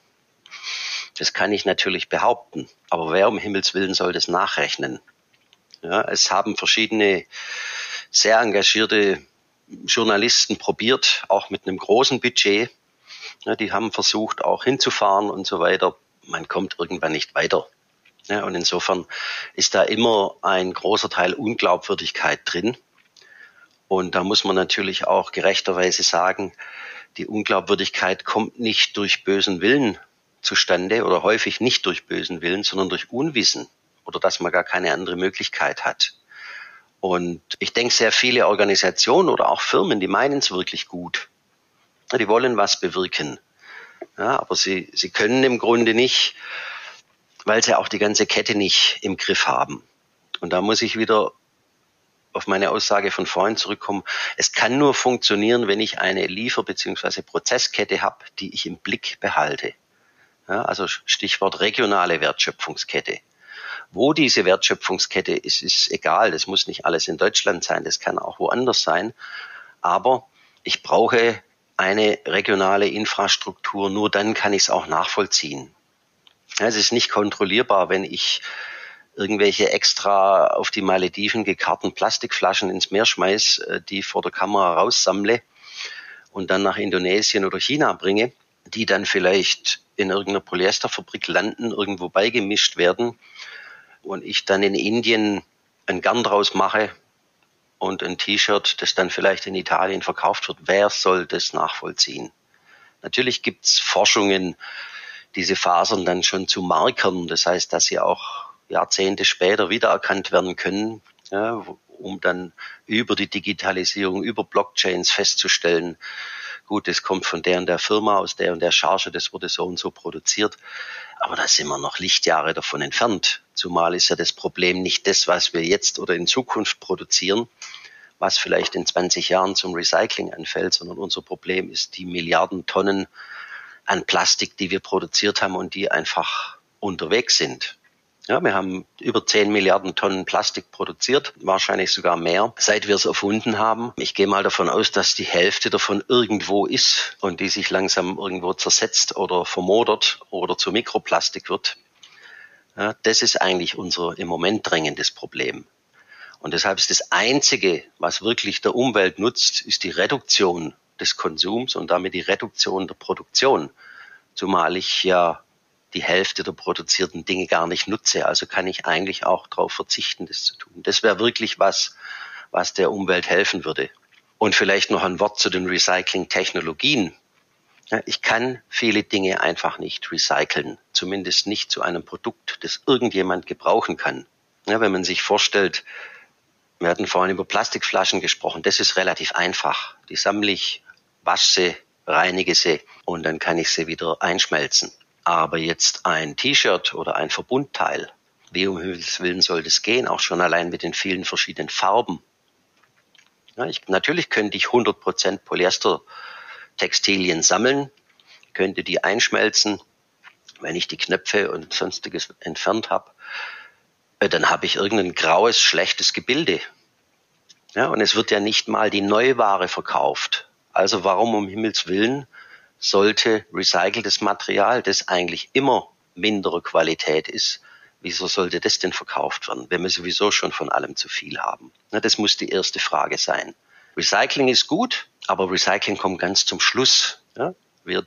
[SPEAKER 1] Das kann ich natürlich behaupten. Aber wer um Himmels Willen soll das nachrechnen? Ja, es haben verschiedene sehr engagierte Journalisten probiert, auch mit einem großen Budget. Ja, die haben versucht, auch hinzufahren und so weiter. Man kommt irgendwann nicht weiter. Ja, und insofern ist da immer ein großer Teil Unglaubwürdigkeit drin. Und da muss man natürlich auch gerechterweise sagen, die Unglaubwürdigkeit kommt nicht durch bösen Willen zustande oder häufig nicht durch bösen Willen, sondern durch Unwissen oder dass man gar keine andere Möglichkeit hat. Und ich denke, sehr viele Organisationen oder auch Firmen, die meinen es wirklich gut. Die wollen was bewirken. Ja, aber sie, sie können im Grunde nicht, weil sie auch die ganze Kette nicht im Griff haben. Und da muss ich wieder auf meine Aussage von vorhin zurückkommen. Es kann nur funktionieren, wenn ich eine Liefer- bzw. Prozesskette habe, die ich im Blick behalte. Ja, also Stichwort regionale Wertschöpfungskette. Wo diese Wertschöpfungskette ist, ist egal. Das muss nicht alles in Deutschland sein, das kann auch woanders sein. Aber ich brauche eine regionale Infrastruktur, nur dann kann ich es auch nachvollziehen. Ja, es ist nicht kontrollierbar, wenn ich irgendwelche extra auf die Malediven gekarrten Plastikflaschen ins Meer schmeiß, die vor der Kamera raussammle und dann nach Indonesien oder China bringe, die dann vielleicht in irgendeiner Polyesterfabrik landen, irgendwo beigemischt werden und ich dann in Indien ein Garn draus mache und ein T-Shirt, das dann vielleicht in Italien verkauft wird. Wer soll das nachvollziehen? Natürlich gibt's Forschungen, diese Fasern dann schon zu markern. Das heißt, dass sie auch Jahrzehnte später wiedererkannt werden können, ja, um dann über die Digitalisierung, über Blockchains festzustellen, gut, das kommt von der und der Firma, aus der und der Charge, das wurde so und so produziert. Aber da sind wir noch Lichtjahre davon entfernt. Zumal ist ja das Problem nicht das, was wir jetzt oder in Zukunft produzieren, was vielleicht in zwanzig Jahren zum Recycling anfällt, sondern unser Problem ist die Milliarden Tonnen an Plastik, die wir produziert haben und die einfach unterwegs sind. Ja, wir haben über zehn Milliarden Tonnen Plastik produziert, wahrscheinlich sogar mehr, seit wir es erfunden haben. Ich gehe mal davon aus, dass die Hälfte davon irgendwo ist und die sich langsam irgendwo zersetzt oder vermodert oder zu Mikroplastik wird. Ja, das ist eigentlich unser im Moment drängendes Problem. Und deshalb ist das Einzige, was wirklich der Umwelt nutzt, ist die Reduktion des Konsums und damit die Reduktion der Produktion. Zumal ich ja die Hälfte der produzierten Dinge gar nicht nutze. Also kann ich eigentlich auch darauf verzichten, das zu tun. Das wäre wirklich was, was der Umwelt helfen würde. Und vielleicht noch ein Wort zu den Recycling-Technologien. Ja, ich kann viele Dinge einfach nicht recyceln. Zumindest nicht zu einem Produkt, das irgendjemand gebrauchen kann. Ja, wenn man sich vorstellt, wir hatten vorhin über Plastikflaschen gesprochen, das ist relativ einfach. Die sammle ich, wasche sie, reinige sie und dann kann ich sie wieder einschmelzen. Aber jetzt ein T-Shirt oder ein Verbundteil, wie um Himmels Willen soll das gehen, auch schon allein mit den vielen verschiedenen Farben. Ja, ich, natürlich könnte ich hundert Prozent Polyester-Textilien sammeln, könnte die einschmelzen, wenn ich die Knöpfe und sonstiges entfernt habe, äh, dann habe ich irgendein graues, schlechtes Gebilde. Ja, und es wird ja nicht mal die Neuware verkauft. Also warum um Himmels Willen sollte recyceltes Material, das eigentlich immer minderer Qualität ist, wieso sollte das denn verkauft werden, wenn wir sowieso schon von allem zu viel haben? Na, das muss die erste Frage sein. Recycling ist gut, aber Recycling kommt ganz zum Schluss. Ja? Wir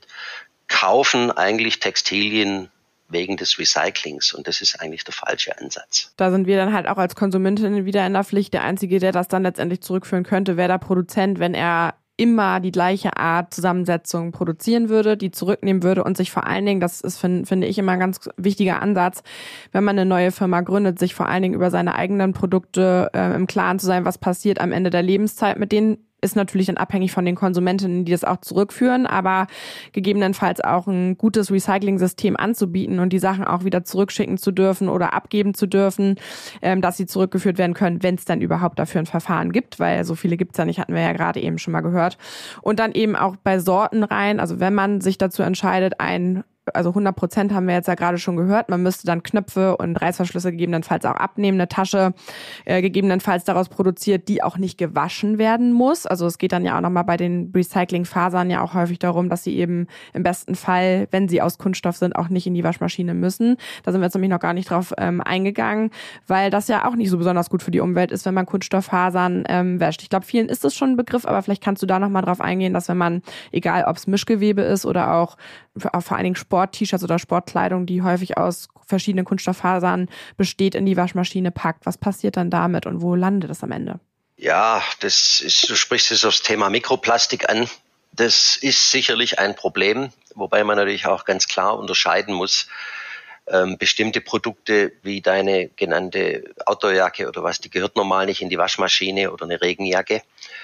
[SPEAKER 1] kaufen eigentlich Textilien wegen des Recyclings und das ist eigentlich der falsche Ansatz.
[SPEAKER 3] Da sind wir dann halt auch als Konsumentinnen wieder in der Pflicht. Der Einzige, der das dann letztendlich zurückführen könnte, wäre der Produzent, wenn er immer die gleiche Art Zusammensetzung produzieren würde, die zurücknehmen würde und sich vor allen Dingen, das ist, finde find ich, immer ein ganz wichtiger Ansatz, wenn man eine neue Firma gründet, sich vor allen Dingen über seine eigenen Produkte äh, im Klaren zu sein, was passiert am Ende der Lebenszeit mit denen. Ist natürlich dann abhängig von den Konsumentinnen, die das auch zurückführen, aber gegebenenfalls auch ein gutes Recycling-System anzubieten und die Sachen auch wieder zurückschicken zu dürfen oder abgeben zu dürfen, ähm, dass sie zurückgeführt werden können, wenn es dann überhaupt dafür ein Verfahren gibt, weil so viele gibt's ja nicht, hatten wir ja gerade eben schon mal gehört. Und dann eben auch bei Sorten rein, also wenn man sich dazu entscheidet, ein also hundert Prozent haben wir jetzt ja gerade schon gehört. Man müsste dann Knöpfe und Reißverschlüsse gegebenenfalls auch abnehmen. Eine Tasche äh, gegebenenfalls daraus produziert, die auch nicht gewaschen werden muss. Also es geht dann ja auch nochmal bei den Recyclingfasern ja auch häufig darum, dass sie eben im besten Fall, wenn sie aus Kunststoff sind, auch nicht in die Waschmaschine müssen. Da sind wir jetzt nämlich noch gar nicht drauf ähm, eingegangen, weil das ja auch nicht so besonders gut für die Umwelt ist, wenn man Kunststofffasern ähm, wäscht. Ich glaube, vielen ist das schon ein Begriff, aber vielleicht kannst du da nochmal drauf eingehen, dass wenn man, egal ob es Mischgewebe ist oder auch vor allen Dingen Sport-T-Shirts oder Sportkleidung, die häufig aus verschiedenen Kunststofffasern besteht, in die Waschmaschine packt. Was passiert dann damit und wo landet es am Ende?
[SPEAKER 1] Ja, das ist, du sprichst jetzt aufs Thema Mikroplastik an. Das ist sicherlich ein Problem, wobei man natürlich auch ganz klar unterscheiden muss. Ähm, bestimmte Produkte wie deine genannte Outdoorjacke oder was, die gehört normal nicht in die Waschmaschine oder eine Regenjacke.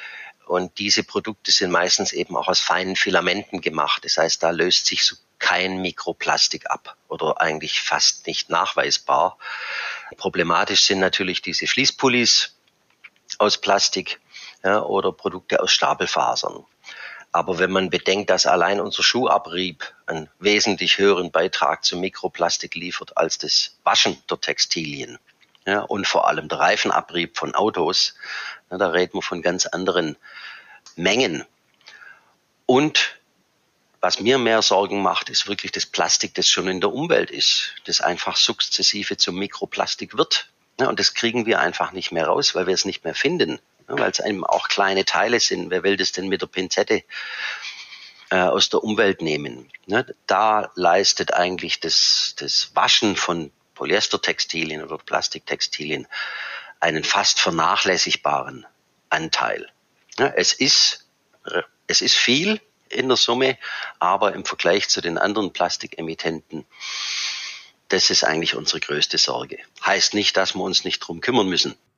[SPEAKER 1] Und diese Produkte sind meistens eben auch aus feinen Filamenten gemacht. Das heißt, da löst sich so kein Mikroplastik ab oder eigentlich fast nicht nachweisbar. Problematisch sind natürlich diese Fließpullis aus Plastik, ja, oder Produkte aus Stapelfasern. Aber wenn man bedenkt, dass allein unser Schuhabrieb einen wesentlich höheren Beitrag zum Mikroplastik liefert als das Waschen der Textilien, ja, und vor allem der Reifenabrieb von Autos, ja, da reden wir von ganz anderen Mengen. Und was mir mehr Sorgen macht, ist wirklich das Plastik, das schon in der Umwelt ist, das einfach sukzessive zum Mikroplastik wird. Ja, und das kriegen wir einfach nicht mehr raus, weil wir es nicht mehr finden, ja, weil es eben auch kleine Teile sind. Wer will das denn mit der Pinzette äh, aus der Umwelt nehmen? Ja, da leistet eigentlich das, das Waschen von Polyestertextilien oder Plastiktextilien einen fast vernachlässigbaren Anteil. Ja, es ist, es ist viel in der Summe, aber im Vergleich zu den anderen Plastikemittenten, das ist eigentlich unsere größte Sorge. Heißt nicht, dass wir uns nicht drum kümmern müssen.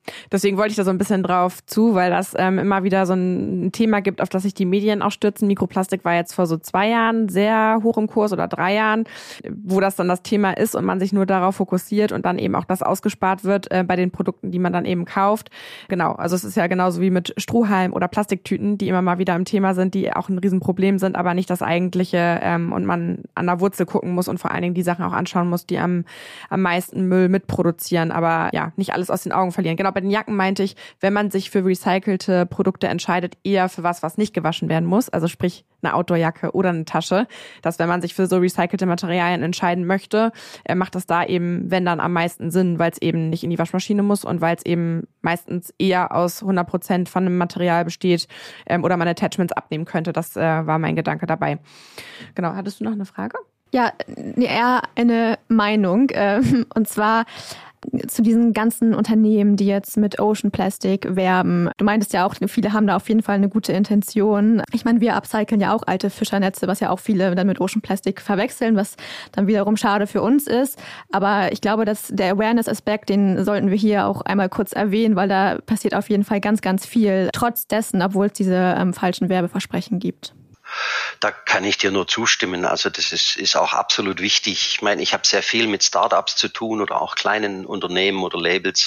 [SPEAKER 3] Deswegen wollte ich da so ein bisschen drauf zu, weil das ähm, immer wieder so ein Thema gibt, auf das sich die Medien auch stürzen. Mikroplastik war jetzt vor so zwei Jahren sehr hoch im Kurs oder drei Jahren, wo das dann das Thema ist und man sich nur darauf fokussiert und dann eben auch das ausgespart wird äh, bei den Produkten, die man dann eben kauft. Genau, also es ist ja genauso wie mit Strohhalm oder Plastiktüten, die immer mal wieder im Thema sind, die auch ein Riesenproblem sind, aber nicht das eigentliche ähm, und man an der Wurzel gucken muss und vor allen Dingen die Sachen auch anschauen muss, die am, am meisten Müll mitproduzieren, aber ja, nicht alles aus den Augen verlieren. Genau, bei den Jacken meinte ich, wenn man sich für recycelte Produkte entscheidet, eher für was, was nicht gewaschen werden muss, also sprich eine Outdoorjacke oder eine Tasche, dass wenn man sich für so recycelte Materialien entscheiden möchte, macht das da eben, wenn dann am meisten Sinn, weil es eben nicht in die Waschmaschine muss und weil es eben meistens eher aus hundert Prozent von einem Material besteht ähm, oder man Attachments abnehmen könnte. Das äh, war mein Gedanke dabei. Genau, hattest du noch eine Frage?
[SPEAKER 2] Ja, eher eine Meinung. Ähm, und zwar zu diesen ganzen Unternehmen, die jetzt mit Ocean Plastic werben. Du meintest ja auch, viele haben da auf jeden Fall eine gute Intention. Ich meine, wir upcyclen ja auch alte Fischernetze, was ja auch viele dann mit Ocean Plastic verwechseln, was dann wiederum schade für uns ist. Aber ich glaube, dass der Awareness-Aspekt, den sollten wir hier auch einmal kurz erwähnen, weil da passiert auf jeden Fall ganz, ganz viel. Trotz dessen, obwohl es diese ähm, falschen Werbeversprechen gibt.
[SPEAKER 1] Da kann ich dir nur zustimmen. Also das ist, ist auch absolut wichtig. Ich meine, ich habe sehr viel mit Startups zu tun oder auch kleinen Unternehmen oder Labels.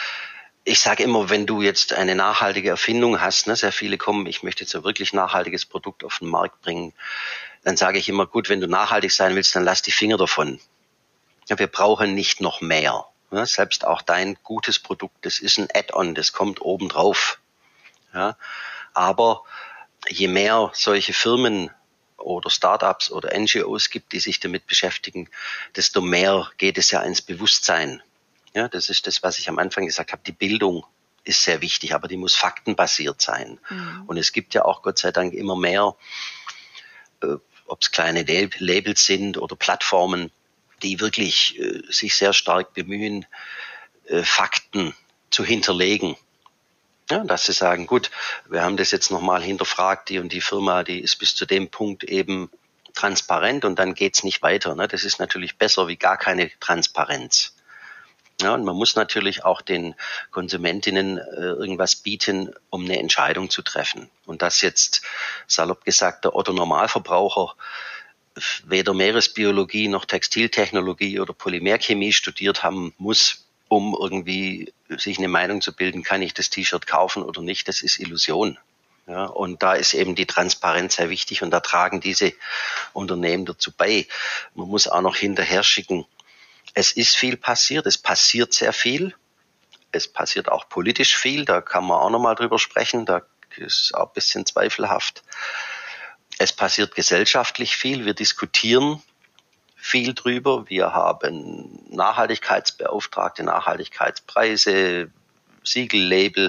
[SPEAKER 1] Ich sage immer, wenn du jetzt eine nachhaltige Erfindung hast, ne, sehr viele kommen, ich möchte jetzt ein wirklich nachhaltiges Produkt auf den Markt bringen, dann sage ich immer, gut, wenn du nachhaltig sein willst, dann lass die Finger davon. Ja, wir brauchen nicht noch mehr. Ja, selbst auch dein gutes Produkt, das ist ein Add-on, das kommt obendrauf. Ja, aber je mehr solche Firmen oder Startups oder N G Os gibt, die sich damit beschäftigen, desto mehr geht es ja ins Bewusstsein. Ja, das ist das, was ich am Anfang gesagt habe. Die Bildung ist sehr wichtig, aber die muss faktenbasiert sein. Mhm. Und es gibt ja auch Gott sei Dank immer mehr, äh, ob es kleine Labels sind oder Plattformen, die wirklich äh, sich sehr stark bemühen, äh, Fakten zu hinterlegen. Ja, dass sie sagen, gut, wir haben das jetzt nochmal hinterfragt, die und die Firma, die ist bis zu dem Punkt eben transparent und dann geht's nicht weiter. Ne? Das ist natürlich besser wie gar keine Transparenz. Ja, und man muss natürlich auch den Konsumentinnen äh, irgendwas bieten, um eine Entscheidung zu treffen. Und dass jetzt, salopp gesagt, der Otto-Normalverbraucher weder Meeresbiologie noch Textiltechnologie oder Polymerchemie studiert haben muss, um irgendwie sich eine Meinung zu bilden, kann ich das T-Shirt kaufen oder nicht, das ist Illusion. Ja, und da ist eben die Transparenz sehr wichtig und da tragen diese Unternehmen dazu bei. Man muss auch noch hinterher schicken, es ist viel passiert, es passiert sehr viel, es passiert auch politisch viel, da kann man auch nochmal drüber sprechen, da ist auch ein bisschen zweifelhaft. Es passiert gesellschaftlich viel, wir diskutieren viel drüber. Wir haben Nachhaltigkeitsbeauftragte, Nachhaltigkeitspreise, Siegellabel.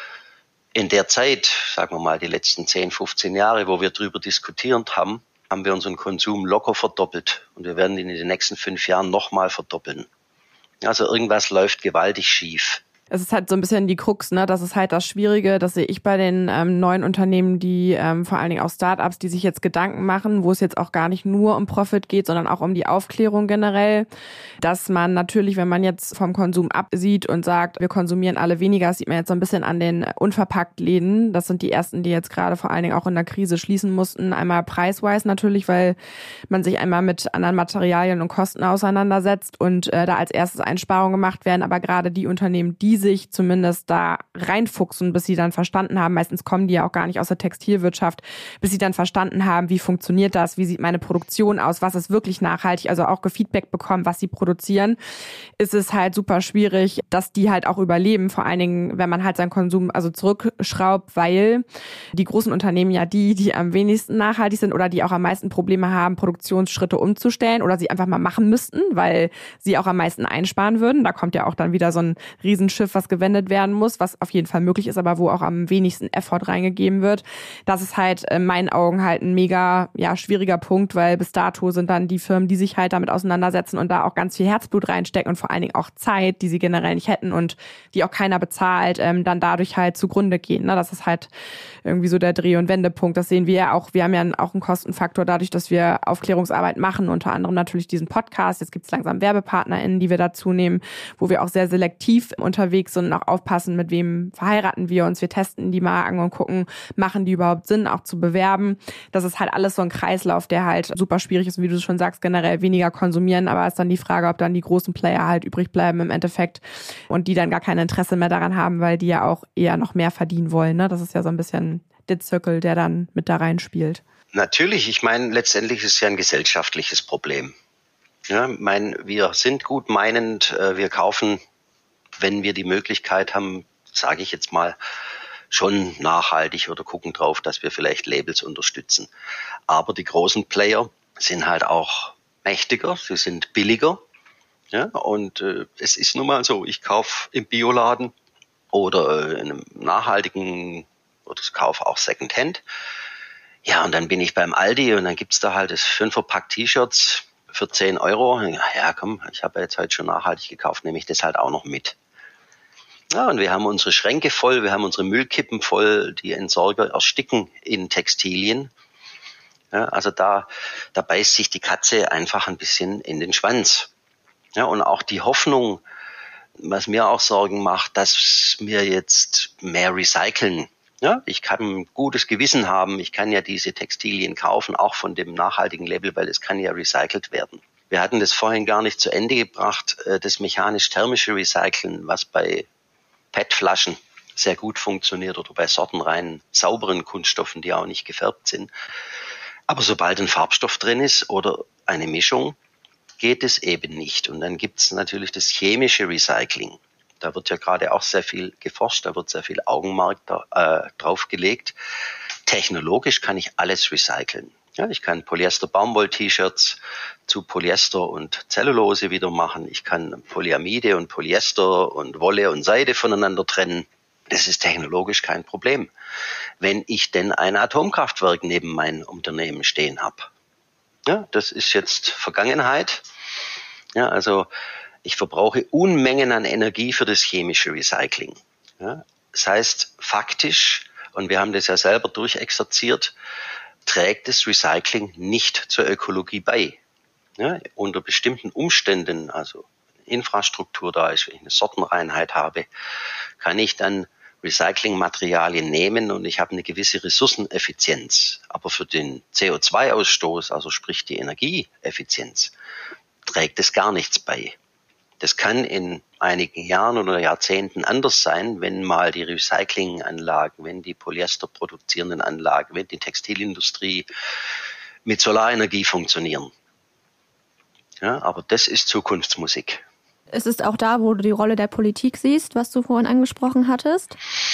[SPEAKER 1] In der Zeit, sagen wir mal die letzten zehn, fünfzehn Jahre, wo wir drüber diskutiert haben, haben wir unseren Konsum locker verdoppelt. Und wir werden ihn in den nächsten fünf Jahren nochmal verdoppeln. Also irgendwas läuft gewaltig schief.
[SPEAKER 3] Es ist halt so ein bisschen die Krux, ne? Das ist halt das Schwierige, das sehe ich bei den ähm, neuen Unternehmen, die ähm, vor allen Dingen auch Startups, die sich jetzt Gedanken machen, wo es jetzt auch gar nicht nur um Profit geht, sondern auch um die Aufklärung generell, dass man natürlich, wenn man jetzt vom Konsum absieht und sagt, wir konsumieren alle weniger, das sieht man jetzt so ein bisschen an den Unverpackt-Läden. Das sind die ersten, die jetzt gerade vor allen Dingen auch in der Krise schließen mussten. Einmal preiswise natürlich, weil man sich einmal mit anderen Materialien und Kosten auseinandersetzt und äh, da als erstes Einsparungen gemacht werden, aber gerade die Unternehmen, die sich zumindest da reinfuchsen, bis sie dann verstanden haben, meistens kommen die ja auch gar nicht aus der Textilwirtschaft, bis sie dann verstanden haben, wie funktioniert das, wie sieht meine Produktion aus, was ist wirklich nachhaltig, also auch Gefeedback bekommen, was sie produzieren, ist es halt super schwierig, dass die halt auch überleben, vor allen Dingen, wenn man halt seinen Konsum also zurückschraubt, weil die großen Unternehmen ja die, die am wenigsten nachhaltig sind oder die auch am meisten Probleme haben, Produktionsschritte umzustellen oder sie einfach mal machen müssten, weil sie auch am meisten einsparen würden. Da kommt ja auch dann wieder so ein Riesenschiff, was gewendet werden muss, was auf jeden Fall möglich ist, aber wo auch am wenigsten Effort reingegeben wird. Das ist halt in meinen Augen halt ein mega ja schwieriger Punkt, weil bis dato sind dann die Firmen, die sich halt damit auseinandersetzen und da auch ganz viel Herzblut reinstecken und vor allen Dingen auch Zeit, die sie generell nicht hätten und die auch keiner bezahlt, ähm, dann dadurch halt zugrunde gehen. Ne? Das ist halt irgendwie so der Dreh- und Wendepunkt. Das sehen wir ja auch. Wir haben ja auch einen Kostenfaktor dadurch, dass wir Aufklärungsarbeit machen, unter anderem natürlich diesen Podcast. Jetzt gibt es langsam WerbepartnerInnen, die wir dazu nehmen, wo wir auch sehr selektiv unterwegs unterwegs sind und auch aufpassen, mit wem verheiraten wir uns. Wir testen die Marken und gucken, machen die überhaupt Sinn, auch zu bewerben. Das ist halt alles so ein Kreislauf, der halt super schwierig ist und wie du schon sagst, generell weniger konsumieren. Aber ist dann die Frage, ob dann die großen Player halt übrig bleiben im Endeffekt und die dann gar kein Interesse mehr daran haben, weil die ja auch eher noch mehr verdienen wollen. Ne? Das ist ja so ein bisschen der Zirkel, der dann mit da reinspielt.
[SPEAKER 1] Natürlich, ich meine, letztendlich ist es ja ein gesellschaftliches Problem. Ja, ich meine, wir sind gut meinend, wir kaufen, wenn wir die Möglichkeit haben, sage ich jetzt mal, schon nachhaltig oder gucken drauf, dass wir vielleicht Labels unterstützen. Aber die großen Player sind halt auch mächtiger, sie sind billiger. Ja, und äh, es ist nun mal so, ich kaufe im Bioladen oder äh, in einem nachhaltigen, oder ich kaufe auch Secondhand. Ja, und dann bin ich beim Aldi und dann gibt's da halt das Fünferpack T-Shirts für zehn Euro. Ja, komm, ich habe ja jetzt heute schon nachhaltig gekauft, nehme ich das halt auch noch mit. Ja, und wir haben unsere Schränke voll, wir haben unsere Müllkippen voll, die Entsorger ersticken in Textilien. Ja, also da, da beißt sich die Katze einfach ein bisschen in den Schwanz. Ja, und auch die Hoffnung, was mir auch Sorgen macht, dass wir jetzt mehr recyceln. Ja, ich kann ein gutes Gewissen haben, ich kann ja diese Textilien kaufen, auch von dem nachhaltigen Label, weil es kann ja recycelt werden. Wir hatten das vorhin gar nicht zu Ende gebracht, das mechanisch-thermische Recyceln, was bei P E T-Flaschen sehr gut funktioniert oder bei sortenreinen, sauberen Kunststoffen, die auch nicht gefärbt sind. Aber sobald ein Farbstoff drin ist oder eine Mischung, geht es eben nicht. Und dann gibt es natürlich das chemische Recycling. Da wird ja gerade auch sehr viel geforscht, da wird sehr viel Augenmerk da, äh, drauf gelegt. Technologisch kann ich alles recyceln. Ja, ich kann Polyester-Baumwoll-T-Shirts zu Polyester und Zellulose wieder machen. Ich kann Polyamide und Polyester und Wolle und Seide voneinander trennen. Das ist technologisch kein Problem, wenn ich denn ein Atomkraftwerk neben meinem Unternehmen stehen habe. Ja, das ist jetzt Vergangenheit. Ja, also ich verbrauche Unmengen an Energie für das chemische Recycling. Ja, das heißt, faktisch, und wir haben das ja selber durchexerziert, trägt das Recycling nicht zur Ökologie bei. Ja, unter bestimmten Umständen, also Infrastruktur da ist, wenn ich eine Sortenreinheit habe, kann ich dann Recyclingmaterialien nehmen und ich habe eine gewisse Ressourceneffizienz. Aber für den C O zwei Ausstoß, also sprich die Energieeffizienz, trägt es gar nichts bei. Das kann in einigen Jahren oder Jahrzehnten anders sein, wenn mal die Recyclinganlagen, wenn die Polyester produzierenden Anlagen, wenn die Textilindustrie mit Solarenergie funktionieren. Ja, aber das ist Zukunftsmusik.
[SPEAKER 2] Es ist auch da, wo du die Rolle der Politik siehst, was du vorhin angesprochen hattest?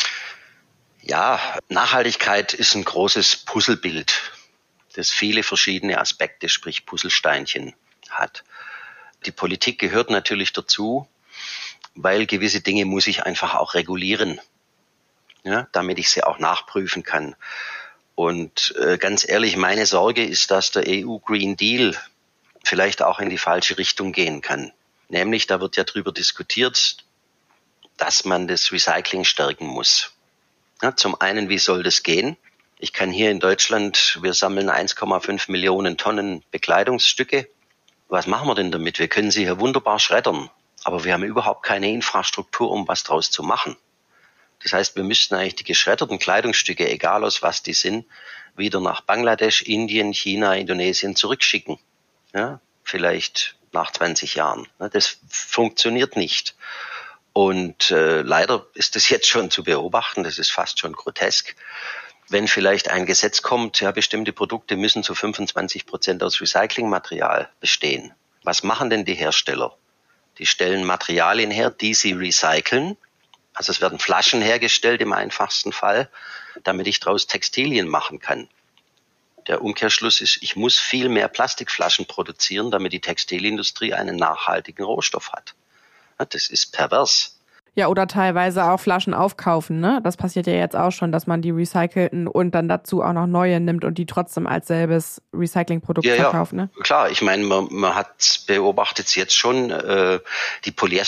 [SPEAKER 1] Ja, Nachhaltigkeit ist ein großes Puzzlebild, das viele verschiedene Aspekte, sprich Puzzlesteinchen hat. Die Politik gehört natürlich dazu, weil gewisse Dinge muss ich einfach auch regulieren, ja, damit ich sie auch nachprüfen kann. Und äh, ganz ehrlich, meine Sorge ist, dass der E U Green Deal vielleicht auch in die falsche Richtung gehen kann. Nämlich, da wird ja drüber diskutiert, dass man das Recycling stärken muss. Ja, zum einen, wie soll das gehen? Ich kann hier in Deutschland, wir sammeln eins Komma fünf Millionen Tonnen Bekleidungsstücke. Was machen wir denn damit? Wir können sie hier wunderbar schreddern, aber wir haben überhaupt keine Infrastruktur, um was draus zu machen. Das heißt, wir müssten eigentlich die geschredderten Kleidungsstücke, egal aus was die sind, wieder nach Bangladesch, Indien, China, Indonesien zurückschicken. Ja, vielleicht nach zwanzig Jahren. Das funktioniert nicht. Und äh, leider ist das jetzt schon zu beobachten, das ist fast schon grotesk. Wenn vielleicht ein Gesetz kommt, ja, bestimmte Produkte müssen zu fünfundzwanzig Prozent aus Recyclingmaterial bestehen. Was machen denn die Hersteller? Die stellen Materialien her, die sie recyceln. Also es werden Flaschen hergestellt im einfachsten Fall, damit ich daraus Textilien machen kann. Der Umkehrschluss ist, ich muss viel mehr Plastikflaschen produzieren, damit die Textilindustrie einen nachhaltigen Rohstoff hat. Das ist pervers.
[SPEAKER 3] Ja, oder teilweise auch Flaschen aufkaufen, ne? Das passiert ja jetzt auch schon, dass man die recycelten und dann dazu auch noch neue nimmt und die trotzdem als selbes Recyclingprodukt
[SPEAKER 1] ja,
[SPEAKER 3] verkauft, ne?
[SPEAKER 1] Ja, klar. Ich meine, man, man hat beobachtet es jetzt schon, äh, die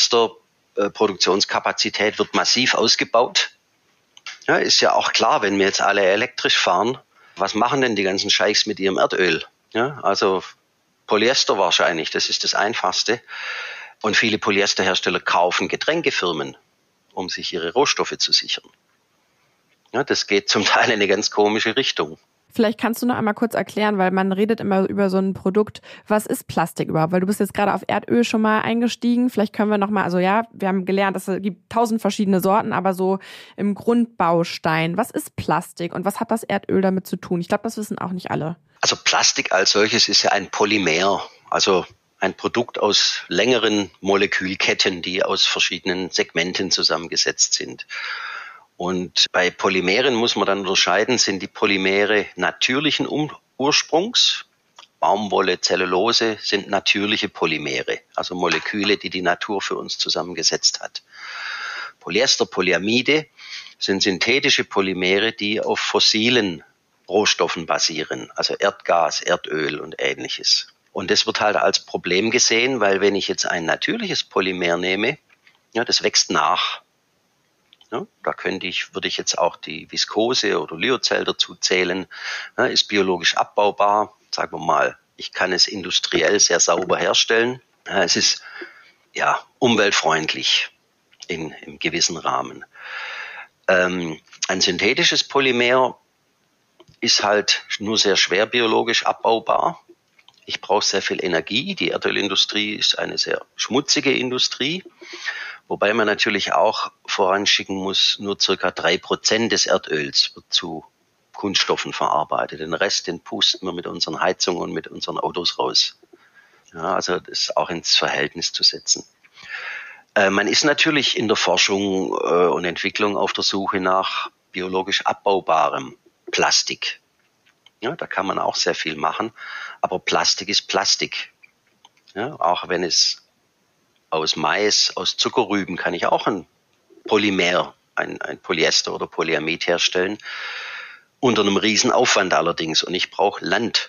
[SPEAKER 1] Polyester-Produktionskapazität wird massiv ausgebaut. Ja, ist ja auch klar, wenn wir jetzt alle elektrisch fahren, was machen denn die ganzen Scheichs mit ihrem Erdöl? Ja, also Polyester wahrscheinlich, das ist das Einfachste. Und viele Polyesterhersteller kaufen Getränkefirmen um sich ihre Rohstoffe zu sichern. Ja, das geht zum Teil in eine ganz komische Richtung.
[SPEAKER 3] Vielleicht kannst du noch einmal kurz erklären, weil man redet immer über so ein Produkt. Was ist Plastik überhaupt? Weil du bist jetzt gerade auf Erdöl schon mal eingestiegen. Vielleicht können wir noch mal, also ja, wir haben gelernt, dass es gibt tausend verschiedene Sorten, aber so im Grundbaustein. Was ist Plastik und was hat das Erdöl damit zu tun? Ich glaube, das wissen auch nicht alle.
[SPEAKER 1] Also Plastik als solches ist ja ein Polymer, also ein Produkt aus längeren Molekülketten, die aus verschiedenen Segmenten zusammengesetzt sind. Und bei Polymeren muss man dann unterscheiden, sind die Polymere natürlichen Ursprungs. Baumwolle, Zellulose sind natürliche Polymere, also Moleküle, die die Natur für uns zusammengesetzt hat. Polyester, Polyamide sind synthetische Polymere, die auf fossilen Rohstoffen basieren, also Erdgas, Erdöl und Ähnliches. Und das wird halt als Problem gesehen, weil wenn ich jetzt ein natürliches Polymer nehme, ja, das wächst nach. Ja, da könnte ich, würde ich jetzt auch die Viskose oder Lyocell dazu zählen, ja, ist biologisch abbaubar, sagen wir mal, ich kann es industriell sehr sauber herstellen. Ja, es ist ja umweltfreundlich in, im gewissen Rahmen. Ähm, ein synthetisches Polymer ist halt nur sehr schwer biologisch abbaubar. Ich brauche sehr viel Energie. Die Erdölindustrie ist eine sehr schmutzige Industrie. Wobei man natürlich auch voranschicken muss, nur circa drei Prozent des Erdöls wird zu Kunststoffen verarbeitet. Den Rest, den pusten wir mit unseren Heizungen und mit unseren Autos raus. Ja, also das ist auch ins Verhältnis zu setzen. Äh, man ist natürlich in der Forschung äh, und Entwicklung auf der Suche nach biologisch abbaubarem Plastik. Ja, da kann man auch sehr viel machen. Aber Plastik ist Plastik. Ja, auch wenn es aus Mais, aus Zuckerrüben kann ich auch ein Polymer, ein, ein Polyester oder Polyamid herstellen, unter einem riesen Aufwand allerdings. Und ich brauche Land.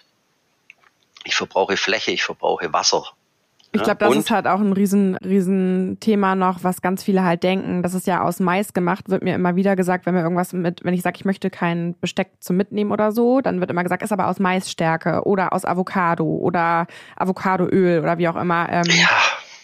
[SPEAKER 1] Ich verbrauche Fläche, ich verbrauche Wasser.
[SPEAKER 3] Ich glaube, das und? ist halt auch ein riesen, riesen Thema noch, was ganz viele halt denken. Das ist ja aus Mais gemacht, wird mir immer wieder gesagt, wenn mir irgendwas mit, wenn ich sage, ich möchte kein Besteck zum Mitnehmen oder so, dann wird immer gesagt, ist aber aus Maisstärke oder aus Avocado oder Avocadoöl oder wie auch immer. Ähm,
[SPEAKER 1] ja.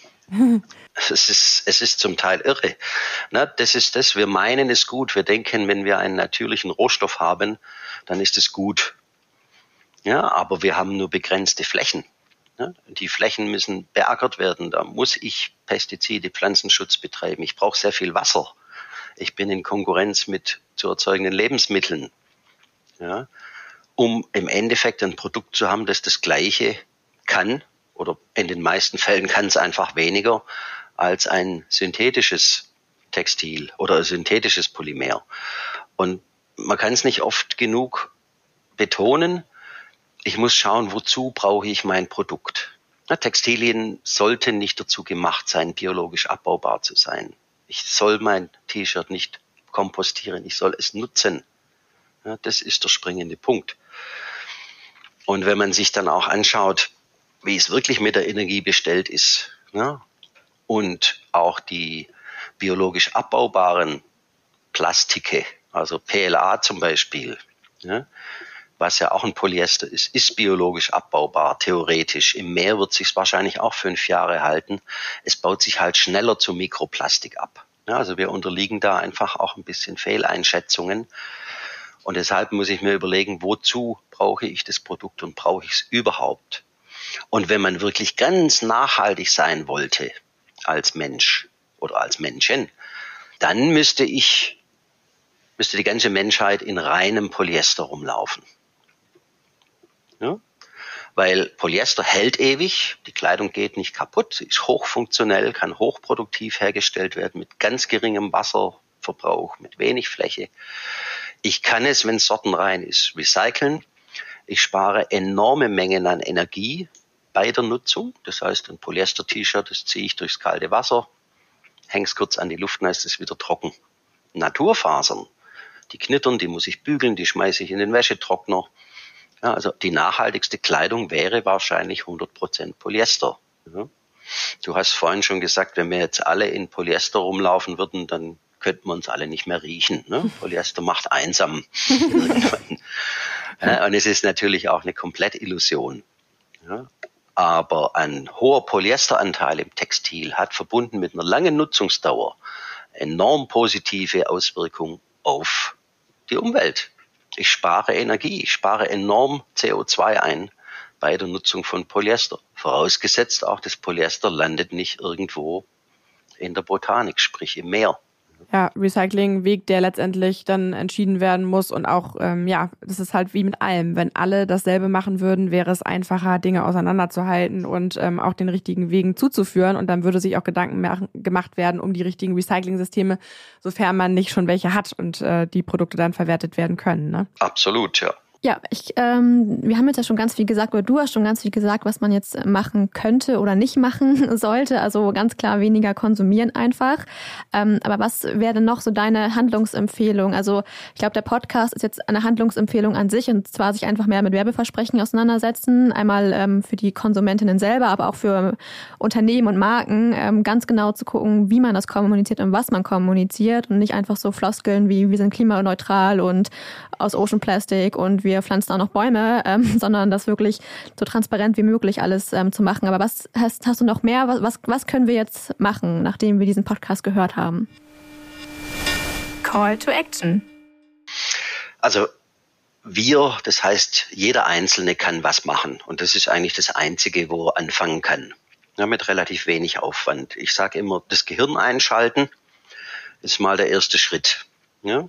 [SPEAKER 1] Es ist, es ist zum Teil irre. Na, das ist das, wir meinen es gut. Wir denken, wenn wir einen natürlichen Rohstoff haben, dann ist es gut. Ja, aber wir haben nur begrenzte Flächen. Ja, die Flächen müssen beackert werden. Da muss ich Pestizide, Pflanzenschutz betreiben. Ich brauche sehr viel Wasser. Ich bin in Konkurrenz mit zu erzeugenden Lebensmitteln. Ja, um im Endeffekt ein Produkt zu haben, das das Gleiche kann, oder in den meisten Fällen kann es einfach weniger als ein synthetisches Textil oder ein synthetisches Polymer. Und man kann es nicht oft genug betonen, ich muss schauen, wozu brauche ich mein Produkt. Ja, Textilien sollten nicht dazu gemacht sein, biologisch abbaubar zu sein. Ich soll mein T-Shirt nicht kompostieren, ich soll es nutzen. Ja, das ist der springende Punkt. Und wenn man sich dann auch anschaut, wie es wirklich mit der Energie bestellt ist, ja, und auch die biologisch abbaubaren Plastike, also P L A zum Beispiel, ja, was ja auch ein Polyester ist, ist biologisch abbaubar, theoretisch. Im Meer wird es sich wahrscheinlich auch fünf Jahre halten. Es baut sich halt schneller zu Mikroplastik ab. Ja, also wir unterliegen da einfach auch ein bisschen Fehleinschätzungen. Und deshalb muss ich mir überlegen, wozu brauche ich das Produkt und brauche ich es überhaupt? Und wenn man wirklich ganz nachhaltig sein wollte als Mensch oder als Menschen, dann müsste ich, müsste die ganze Menschheit in reinem Polyester rumlaufen. Ja? Weil Polyester hält ewig, die Kleidung geht nicht kaputt, sie ist hochfunktionell, kann hochproduktiv hergestellt werden mit ganz geringem Wasserverbrauch, mit wenig Fläche. Ich kann es, wenn es sortenrein ist, recyceln. Ich spare enorme Mengen an Energie bei der Nutzung. Das heißt, ein Polyester-T-Shirt, das ziehe ich durchs kalte Wasser, hänge es kurz an die Luft, dann ist es wieder trocken. Naturfasern, die knittern, die muss ich bügeln, die schmeiße ich in den Wäschetrockner. Ja, also die nachhaltigste Kleidung wäre wahrscheinlich hundert Prozent Polyester. Ja. Du hast vorhin schon gesagt, wenn wir jetzt alle in Polyester rumlaufen würden, dann könnten wir uns alle nicht mehr riechen. Ne? Polyester macht einsam. Ja, und es ist natürlich auch eine Komplettillusion. Ja. Aber ein hoher Polyesteranteil im Textil hat verbunden mit einer langen Nutzungsdauer enorm positive Auswirkung auf die Umwelt. Ich spare Energie, ich spare enorm C O zwei ein bei der Nutzung von Polyester. Vorausgesetzt auch, das Polyester landet nicht irgendwo in der Botanik, sprich im Meer.
[SPEAKER 3] Ja, Recyclingweg, der letztendlich dann entschieden werden muss und auch, ähm, ja, das ist halt wie mit allem. Wenn alle dasselbe machen würden, wäre es einfacher, Dinge auseinanderzuhalten und ähm, auch den richtigen Wegen zuzuführen und dann würde sich auch Gedanken machen, gemacht werden um die richtigen Recycling-Systeme, sofern man nicht schon welche hat und äh, die Produkte dann verwertet werden können, ne?
[SPEAKER 1] Absolut, ja.
[SPEAKER 2] Ja, ich, ähm, wir haben jetzt ja schon ganz viel gesagt, oder du hast schon ganz viel gesagt, was man jetzt machen könnte oder nicht machen sollte. Also ganz klar weniger konsumieren einfach. Ähm, aber was wäre denn noch so deine Handlungsempfehlung? Also ich glaube, der Podcast ist jetzt eine Handlungsempfehlung an sich und zwar sich einfach mehr mit Werbeversprechen auseinandersetzen. Einmal ähm, für die Konsumentinnen selber, aber auch für Unternehmen und Marken, ähm, ganz genau zu gucken, wie man das kommuniziert und was man kommuniziert und nicht einfach so Floskeln wie wir sind klimaneutral und aus Ocean Plastic und wir pflanzen auch noch Bäume, ähm, sondern das wirklich so transparent wie möglich alles ähm, zu machen. Aber was hast, hast du noch mehr? Was, was, was können wir jetzt machen, nachdem wir diesen Podcast gehört haben? Call to Action.
[SPEAKER 1] Also wir, das heißt, jeder Einzelne kann was machen. Und das ist eigentlich das Einzige, wo er anfangen kann. Ja, mit relativ wenig Aufwand. Ich sage immer, das Gehirn einschalten ist mal der erste Schritt. Ja?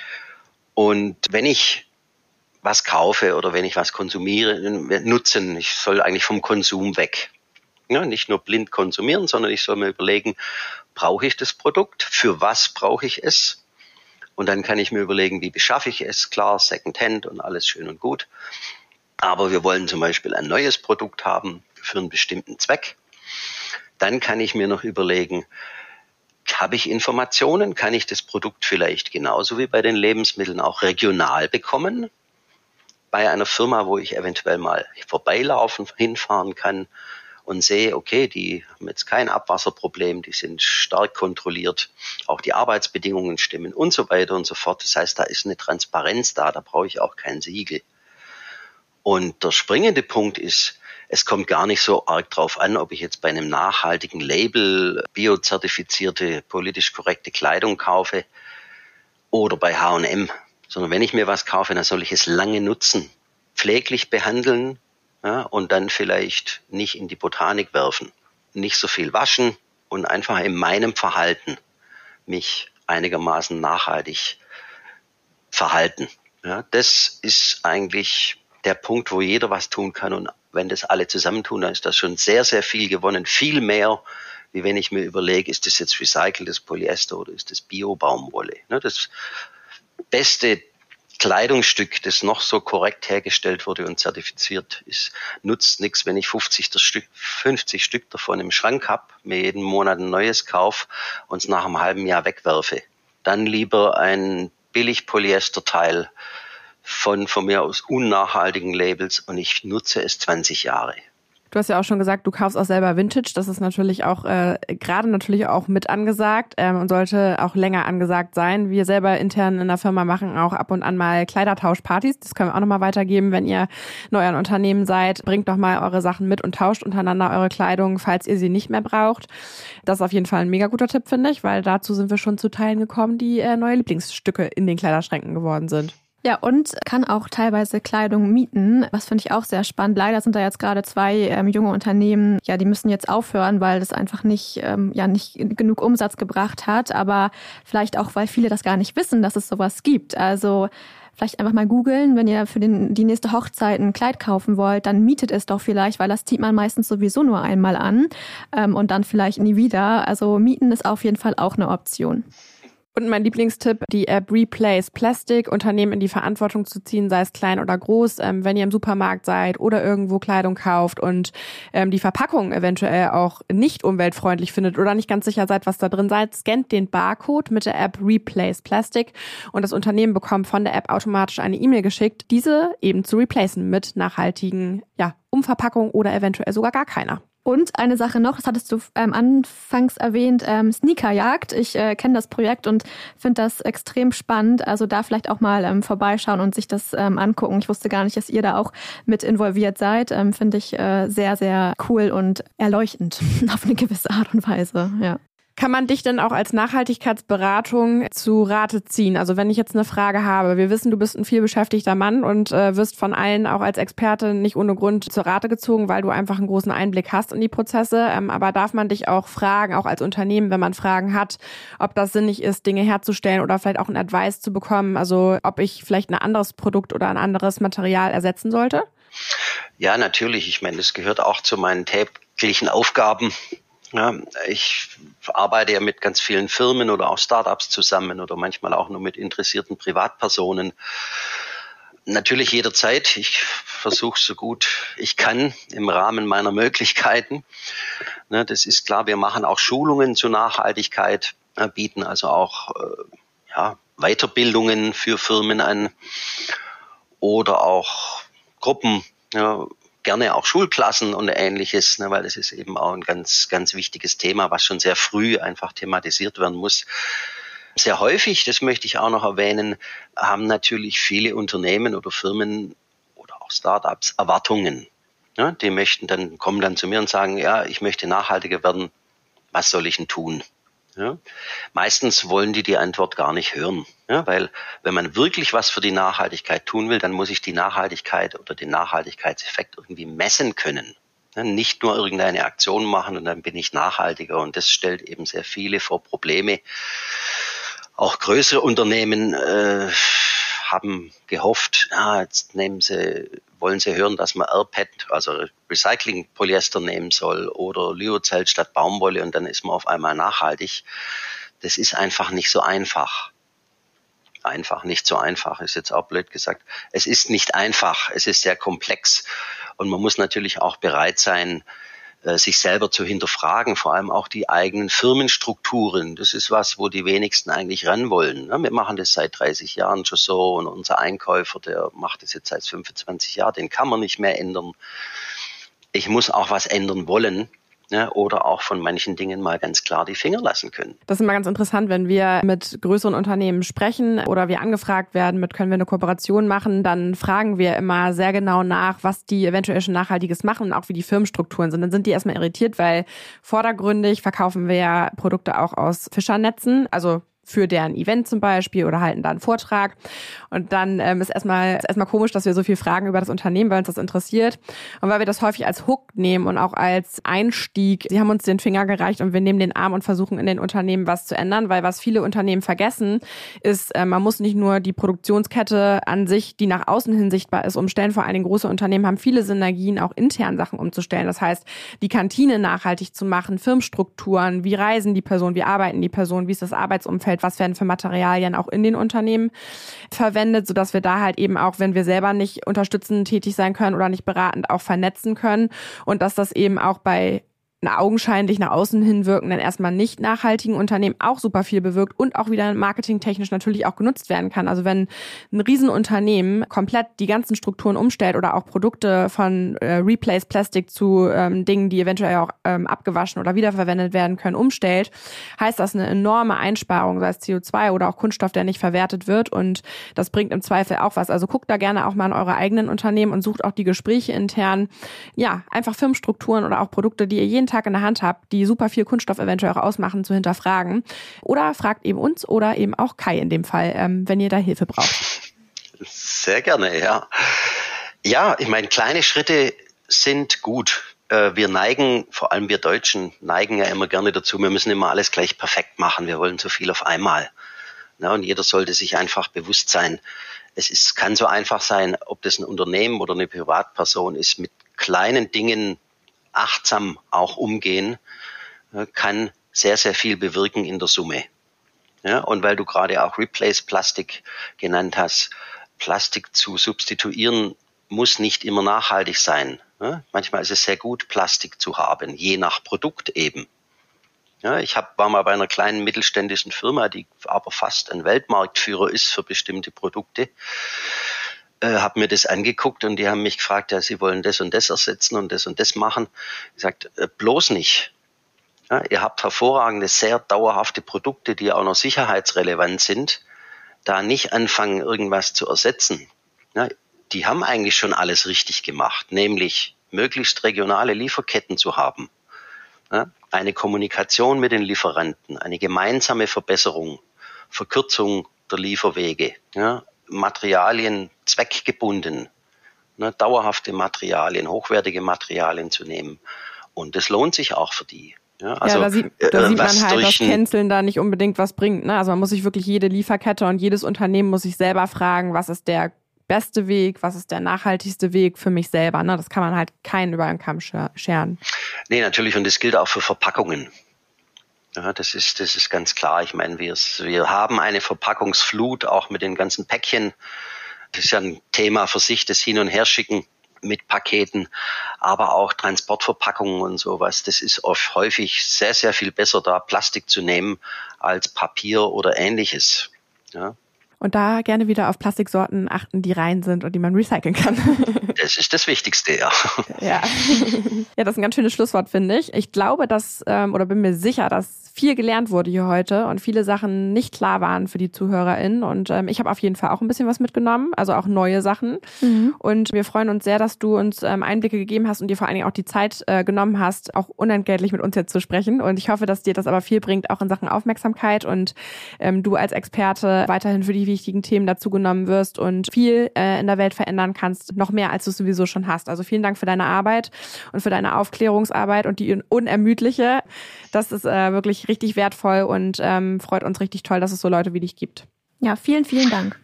[SPEAKER 1] Und wenn ich was kaufe oder wenn ich was konsumiere, nutzen, ich soll eigentlich vom Konsum weg. Ja, nicht nur blind konsumieren, sondern ich soll mir überlegen, brauche ich das Produkt? Für was brauche ich es? Und dann kann ich mir überlegen, wie beschaffe ich es? Klar, Secondhand und alles schön und gut. Aber wir wollen zum Beispiel ein neues Produkt haben für einen bestimmten Zweck. Dann kann ich mir noch überlegen, habe ich Informationen? Kann ich das Produkt vielleicht genauso wie bei den Lebensmitteln auch regional bekommen? Bei einer Firma, wo ich eventuell mal vorbeilaufen, hinfahren kann und sehe, okay, die haben jetzt kein Abwasserproblem, die sind stark kontrolliert, auch die Arbeitsbedingungen stimmen und so weiter und so fort. Das heißt, da ist eine Transparenz da, da brauche ich auch kein Siegel. Und der springende Punkt ist, es kommt gar nicht so arg drauf an, ob ich jetzt bei einem nachhaltigen Label biozertifizierte, politisch korrekte Kleidung kaufe oder bei H und M. Sondern wenn ich mir was kaufe, dann soll ich es lange nutzen, pfleglich behandeln, ja, und dann vielleicht nicht in die Botanik werfen. Nicht so viel waschen und einfach in meinem Verhalten mich einigermaßen nachhaltig verhalten. Ja, das ist eigentlich der Punkt, wo jeder was tun kann. Und wenn das alle zusammentun, dann ist das schon sehr, sehr viel gewonnen. Viel mehr, wie wenn ich mir überlege, ist das jetzt recyceltes Polyester oder ist das Bio-Baumwolle. Das beste Kleidungsstück, das noch so korrekt hergestellt wurde und zertifiziert ist, nutzt nichts, wenn ich fünfzig, Stück, fünfzig Stück davon im Schrank habe, mir jeden Monat ein neues kaufe und es nach einem halben Jahr wegwerfe. Dann lieber ein billig Polyesterteil von von mir aus unnachhaltigen Labels und ich nutze es zwanzig Jahre.
[SPEAKER 3] Du hast ja auch schon gesagt, du kaufst auch selber Vintage. Das ist natürlich auch äh, gerade natürlich auch mit angesagt ähm, und sollte auch länger angesagt sein. Wir selber intern in der Firma machen auch ab und an mal Kleidertauschpartys. Das können wir auch nochmal weitergeben, wenn ihr neu an Unternehmen seid. Bringt doch mal eure Sachen mit und tauscht untereinander eure Kleidung, falls ihr sie nicht mehr braucht. Das ist auf jeden Fall ein mega guter Tipp, finde ich, weil dazu sind wir schon zu Teilen gekommen, die äh, neue Lieblingsstücke in den Kleiderschränken geworden sind.
[SPEAKER 2] Ja, und kann auch teilweise Kleidung mieten. Was finde ich auch sehr spannend. Leider sind da jetzt gerade zwei ähm, junge Unternehmen, ja, die müssen jetzt aufhören, weil das einfach nicht, ähm, ja, nicht genug Umsatz gebracht hat. Aber vielleicht auch, weil viele das gar nicht wissen, dass es sowas gibt. Also vielleicht einfach mal googeln, wenn ihr für den, die nächste Hochzeit ein Kleid kaufen wollt, dann mietet es doch vielleicht, weil das zieht man meistens sowieso nur einmal an ähm, und dann vielleicht nie wieder. Also mieten ist auf jeden Fall auch eine Option.
[SPEAKER 3] Und mein Lieblingstipp, die App Replace Plastic, Unternehmen in die Verantwortung zu ziehen, sei es klein oder groß, ähm, wenn ihr im Supermarkt seid oder irgendwo Kleidung kauft und ähm, die Verpackung eventuell auch nicht umweltfreundlich findet oder nicht ganz sicher seid, was da drin seid, scannt den Barcode mit der App Replace Plastic und das Unternehmen bekommt von der App automatisch eine E-Mail geschickt, diese eben zu replacen mit nachhaltigen, ja, Umverpackung oder eventuell sogar gar keiner.
[SPEAKER 2] Und eine Sache noch, das hattest du ähm, anfangs erwähnt, ähm, Sneakerjagd. Ich äh, kenne das Projekt und finde das extrem spannend. Also da vielleicht auch mal ähm, vorbeischauen und sich das ähm, angucken. Ich wusste gar nicht, dass ihr da auch mit involviert seid. Ähm, finde ich äh, sehr, sehr cool und erleuchtend auf eine gewisse Art und Weise, ja.
[SPEAKER 3] Kann man dich denn auch als Nachhaltigkeitsberatung zu Rate ziehen? Also wenn ich jetzt eine Frage habe, wir wissen, du bist ein vielbeschäftigter Mann und äh, wirst von allen auch als Experte nicht ohne Grund zur Rate gezogen, weil du einfach einen großen Einblick hast in die Prozesse. Ähm, aber darf man dich auch fragen, auch als Unternehmen, wenn man Fragen hat, ob das sinnig ist, Dinge herzustellen oder vielleicht auch einen Advice zu bekommen? Also ob ich vielleicht ein anderes Produkt oder ein anderes Material ersetzen sollte?
[SPEAKER 1] Ja, natürlich. Ich meine, das gehört auch zu meinen täglichen Aufgaben. Ja, ich arbeite ja mit ganz vielen Firmen oder auch Startups zusammen oder manchmal auch nur mit interessierten Privatpersonen. Natürlich jederzeit. Ich versuche so gut ich kann im Rahmen meiner Möglichkeiten. Das ist klar, wir machen auch Schulungen zur Nachhaltigkeit, bieten also auch ja, Weiterbildungen für Firmen an oder auch Gruppen, ja, gerne auch Schulklassen und Ähnliches, ne, weil das ist eben auch ein ganz, ganz wichtiges Thema, was schon sehr früh einfach thematisiert werden muss. Sehr häufig, das möchte ich auch noch erwähnen, haben natürlich viele Unternehmen oder Firmen oder auch Startups Erwartungen. Ja, die möchten dann, kommen dann zu mir und sagen, ja, ich möchte nachhaltiger werden, was soll ich denn tun? Ja, meistens wollen die die Antwort gar nicht hören, ja, weil wenn man wirklich was für die Nachhaltigkeit tun will, dann muss ich die Nachhaltigkeit oder den Nachhaltigkeitseffekt irgendwie messen können. Ja, nicht nur irgendeine Aktion machen und dann bin ich nachhaltiger, und das stellt eben sehr viele vor Probleme. Auch größere Unternehmen äh, haben gehofft, ah, jetzt nehmen sie, wollen sie hören, dass man R P E T, also Recycling-Polyester nehmen soll oder Lyocell statt Baumwolle, und dann ist man auf einmal nachhaltig. Das ist einfach nicht so einfach. Einfach nicht so einfach, ist jetzt auch blöd gesagt. Es ist nicht einfach, es ist sehr komplex, und man muss natürlich auch bereit sein, sich selber zu hinterfragen, vor allem auch die eigenen Firmenstrukturen. Das ist was, wo die wenigsten eigentlich ran wollen. Wir machen das seit dreißig Jahren schon so, und unser Einkäufer, der macht das jetzt seit fünfundzwanzig Jahren, den kann man nicht mehr ändern. Ich muss auch was ändern wollen. Ja, oder auch von manchen Dingen mal ganz klar die Finger lassen können.
[SPEAKER 3] Das ist immer ganz interessant, wenn wir mit größeren Unternehmen sprechen oder wir angefragt werden mit, können wir eine Kooperation machen, dann fragen wir immer sehr genau nach, was die eventuell schon Nachhaltiges machen und auch wie die Firmenstrukturen sind. Dann sind die erstmal irritiert, weil vordergründig verkaufen wir ja Produkte auch aus Fischernetzen, also für deren Event zum Beispiel, oder halten da einen Vortrag. Und dann ähm, ist erstmal ist erstmal komisch, dass wir so viel fragen über das Unternehmen, weil uns das interessiert. Und weil wir das häufig als Hook nehmen und auch als Einstieg. Sie haben uns den Finger gereicht und wir nehmen den Arm und versuchen in den Unternehmen was zu ändern, weil was viele Unternehmen vergessen, ist, äh, man muss nicht nur die Produktionskette an sich, die nach außen hin sichtbar ist, umstellen. Vor allen Dingen große Unternehmen haben viele Synergien, auch intern Sachen umzustellen. Das heißt, die Kantine nachhaltig zu machen, Firmenstrukturen, wie reisen die Personen, wie arbeiten die Personen, wie ist das Arbeitsumfeld, was werden für Materialien auch in den Unternehmen verwendet, sodass wir da halt eben auch, wenn wir selber nicht unterstützend tätig sein können oder nicht beratend, auch vernetzen können, und dass das eben auch bei augenscheinlich nach außen hin wirkenden, erstmal nicht nachhaltigen Unternehmen auch super viel bewirkt und auch wieder marketingtechnisch natürlich auch genutzt werden kann. Also wenn ein Riesenunternehmen komplett die ganzen Strukturen umstellt oder auch Produkte von äh, Replace Plastic zu ähm, Dingen, die eventuell auch ähm, abgewaschen oder wiederverwendet werden können, umstellt, heißt das eine enorme Einsparung, sei es C O zwei oder auch Kunststoff, der nicht verwertet wird, und das bringt im Zweifel auch was. Also guckt da gerne auch mal in eure eigenen Unternehmen und sucht auch die Gespräche intern. Ja, einfach Firmenstrukturen oder auch Produkte, die ihr jeden Tag in der Hand habt, die super viel Kunststoff eventuell auch ausmachen, zu hinterfragen. Oder fragt eben uns oder eben auch Kai in dem Fall, ähm, wenn ihr da Hilfe braucht.
[SPEAKER 1] Sehr gerne, ja. Ja, ich meine, kleine Schritte sind gut. Wir neigen, vor allem wir Deutschen, neigen ja immer gerne dazu, wir müssen immer alles gleich perfekt machen. Wir wollen so viel auf einmal. Ja, und jeder sollte sich einfach bewusst sein, es ist, kann so einfach sein, ob das ein Unternehmen oder eine Privatperson ist, mit kleinen Dingen achtsam auch umgehen, kann sehr, sehr viel bewirken in der Summe. Ja, und weil du gerade auch Replace Plastik genannt hast, Plastik zu substituieren muss nicht immer nachhaltig sein. Ja, manchmal ist es sehr gut, Plastik zu haben, je nach Produkt eben. Ja, ich hab, war mal bei einer kleinen mittelständischen Firma, die aber fast ein Weltmarktführer ist für bestimmte Produkte. Äh, habe mir das angeguckt und die haben mich gefragt, ja, sie wollen das und das ersetzen und das und das machen. Ich sagte, äh, bloß nicht. Ja, ihr habt hervorragende, sehr dauerhafte Produkte, die auch noch sicherheitsrelevant sind. Da nicht anfangen, irgendwas zu ersetzen. Ja, die haben eigentlich schon alles richtig gemacht, nämlich möglichst regionale Lieferketten zu haben. Ja, eine Kommunikation mit den Lieferanten, eine gemeinsame Verbesserung, Verkürzung der Lieferwege, ja, Materialien zweckgebunden, ne, dauerhafte Materialien, hochwertige Materialien zu nehmen. Und das lohnt sich auch für die. Ja, also,
[SPEAKER 3] ja, da sieht, da
[SPEAKER 1] äh,
[SPEAKER 3] sieht man halt, dass
[SPEAKER 1] ein,
[SPEAKER 3] Canceln da nicht unbedingt was bringt. Ne? Also man muss sich wirklich jede Lieferkette und jedes Unternehmen muss sich selber fragen, was ist der beste Weg, was ist der nachhaltigste Weg für mich selber. Ne? Das kann man halt keinen über einen Kamm scheren.
[SPEAKER 1] Nee, natürlich. Und das gilt auch für Verpackungen. Ja, das ist, das ist ganz klar. Ich meine, wir, wir haben eine Verpackungsflut, auch mit den ganzen Päckchen. Das ist ja ein Thema für sich, das Hin- und Herschicken mit Paketen, aber auch Transportverpackungen und sowas. Das ist oft häufig sehr, sehr viel besser, da Plastik zu nehmen als Papier oder Ähnliches. Ja.
[SPEAKER 3] Und da gerne wieder auf Plastiksorten achten, die rein sind und die man recyceln kann.
[SPEAKER 1] Das ist das Wichtigste, ja.
[SPEAKER 3] Ja, ja, das ist ein ganz schönes Schlusswort, finde ich. Ich glaube, dass, ähm, oder bin mir sicher, dass viel gelernt wurde hier heute und viele Sachen nicht klar waren für die ZuhörerInnen. Und ähm, ich habe auf jeden Fall auch ein bisschen was mitgenommen, also auch neue Sachen. Mhm. Und wir freuen uns sehr, dass du uns ähm, Einblicke gegeben hast und dir vor allen Dingen auch die Zeit äh, genommen hast, auch unentgeltlich mit uns jetzt zu sprechen. Und ich hoffe, dass dir das aber viel bringt, auch in Sachen Aufmerksamkeit und ähm, du als Experte weiterhin für die wichtigen Themen dazu genommen wirst und viel äh, in der Welt verändern kannst, noch mehr, als du es sowieso schon hast. Also vielen Dank für deine Arbeit und für deine Aufklärungsarbeit und die unermüdliche. Das ist äh, wirklich richtig wertvoll und ähm, freut uns richtig toll, dass es so Leute wie dich gibt.
[SPEAKER 2] Ja, vielen, vielen Dank.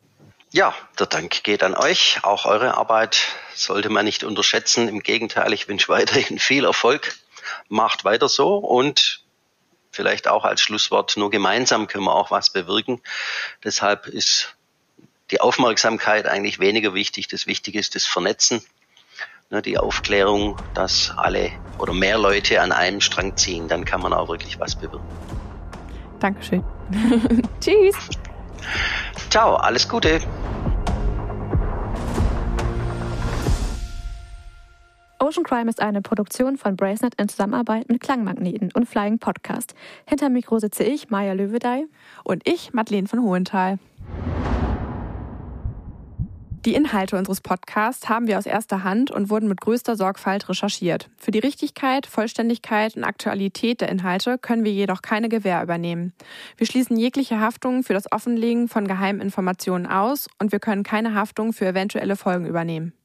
[SPEAKER 1] Ja, der Dank geht an euch. Auch eure Arbeit sollte man nicht unterschätzen. Im Gegenteil, ich wünsche weiterhin viel Erfolg. Macht weiter so und vielleicht auch als Schlusswort, nur gemeinsam können wir auch was bewirken. Deshalb ist die Aufmerksamkeit eigentlich weniger wichtig. Das Wichtige ist das Vernetzen, ne, die Aufklärung, dass alle oder mehr Leute an einem Strang ziehen. Dann kann man auch wirklich was bewirken.
[SPEAKER 3] Dankeschön. Tschüss.
[SPEAKER 1] Ciao, alles Gute.
[SPEAKER 2] Ocean Crime ist eine Produktion von Bracenet in Zusammenarbeit mit Klangmagneten und Flying Podcast. Hinter dem Mikro sitze ich, Maja Löwedey.
[SPEAKER 3] Und ich, Madeleine von Hohenthal. Die Inhalte unseres Podcasts haben wir aus erster Hand und wurden mit größter Sorgfalt recherchiert. Für die Richtigkeit, Vollständigkeit und Aktualität der Inhalte können wir jedoch keine Gewähr übernehmen. Wir schließen jegliche Haftung für das Offenlegen von geheimen Informationen aus und wir können keine Haftung für eventuelle Folgen übernehmen.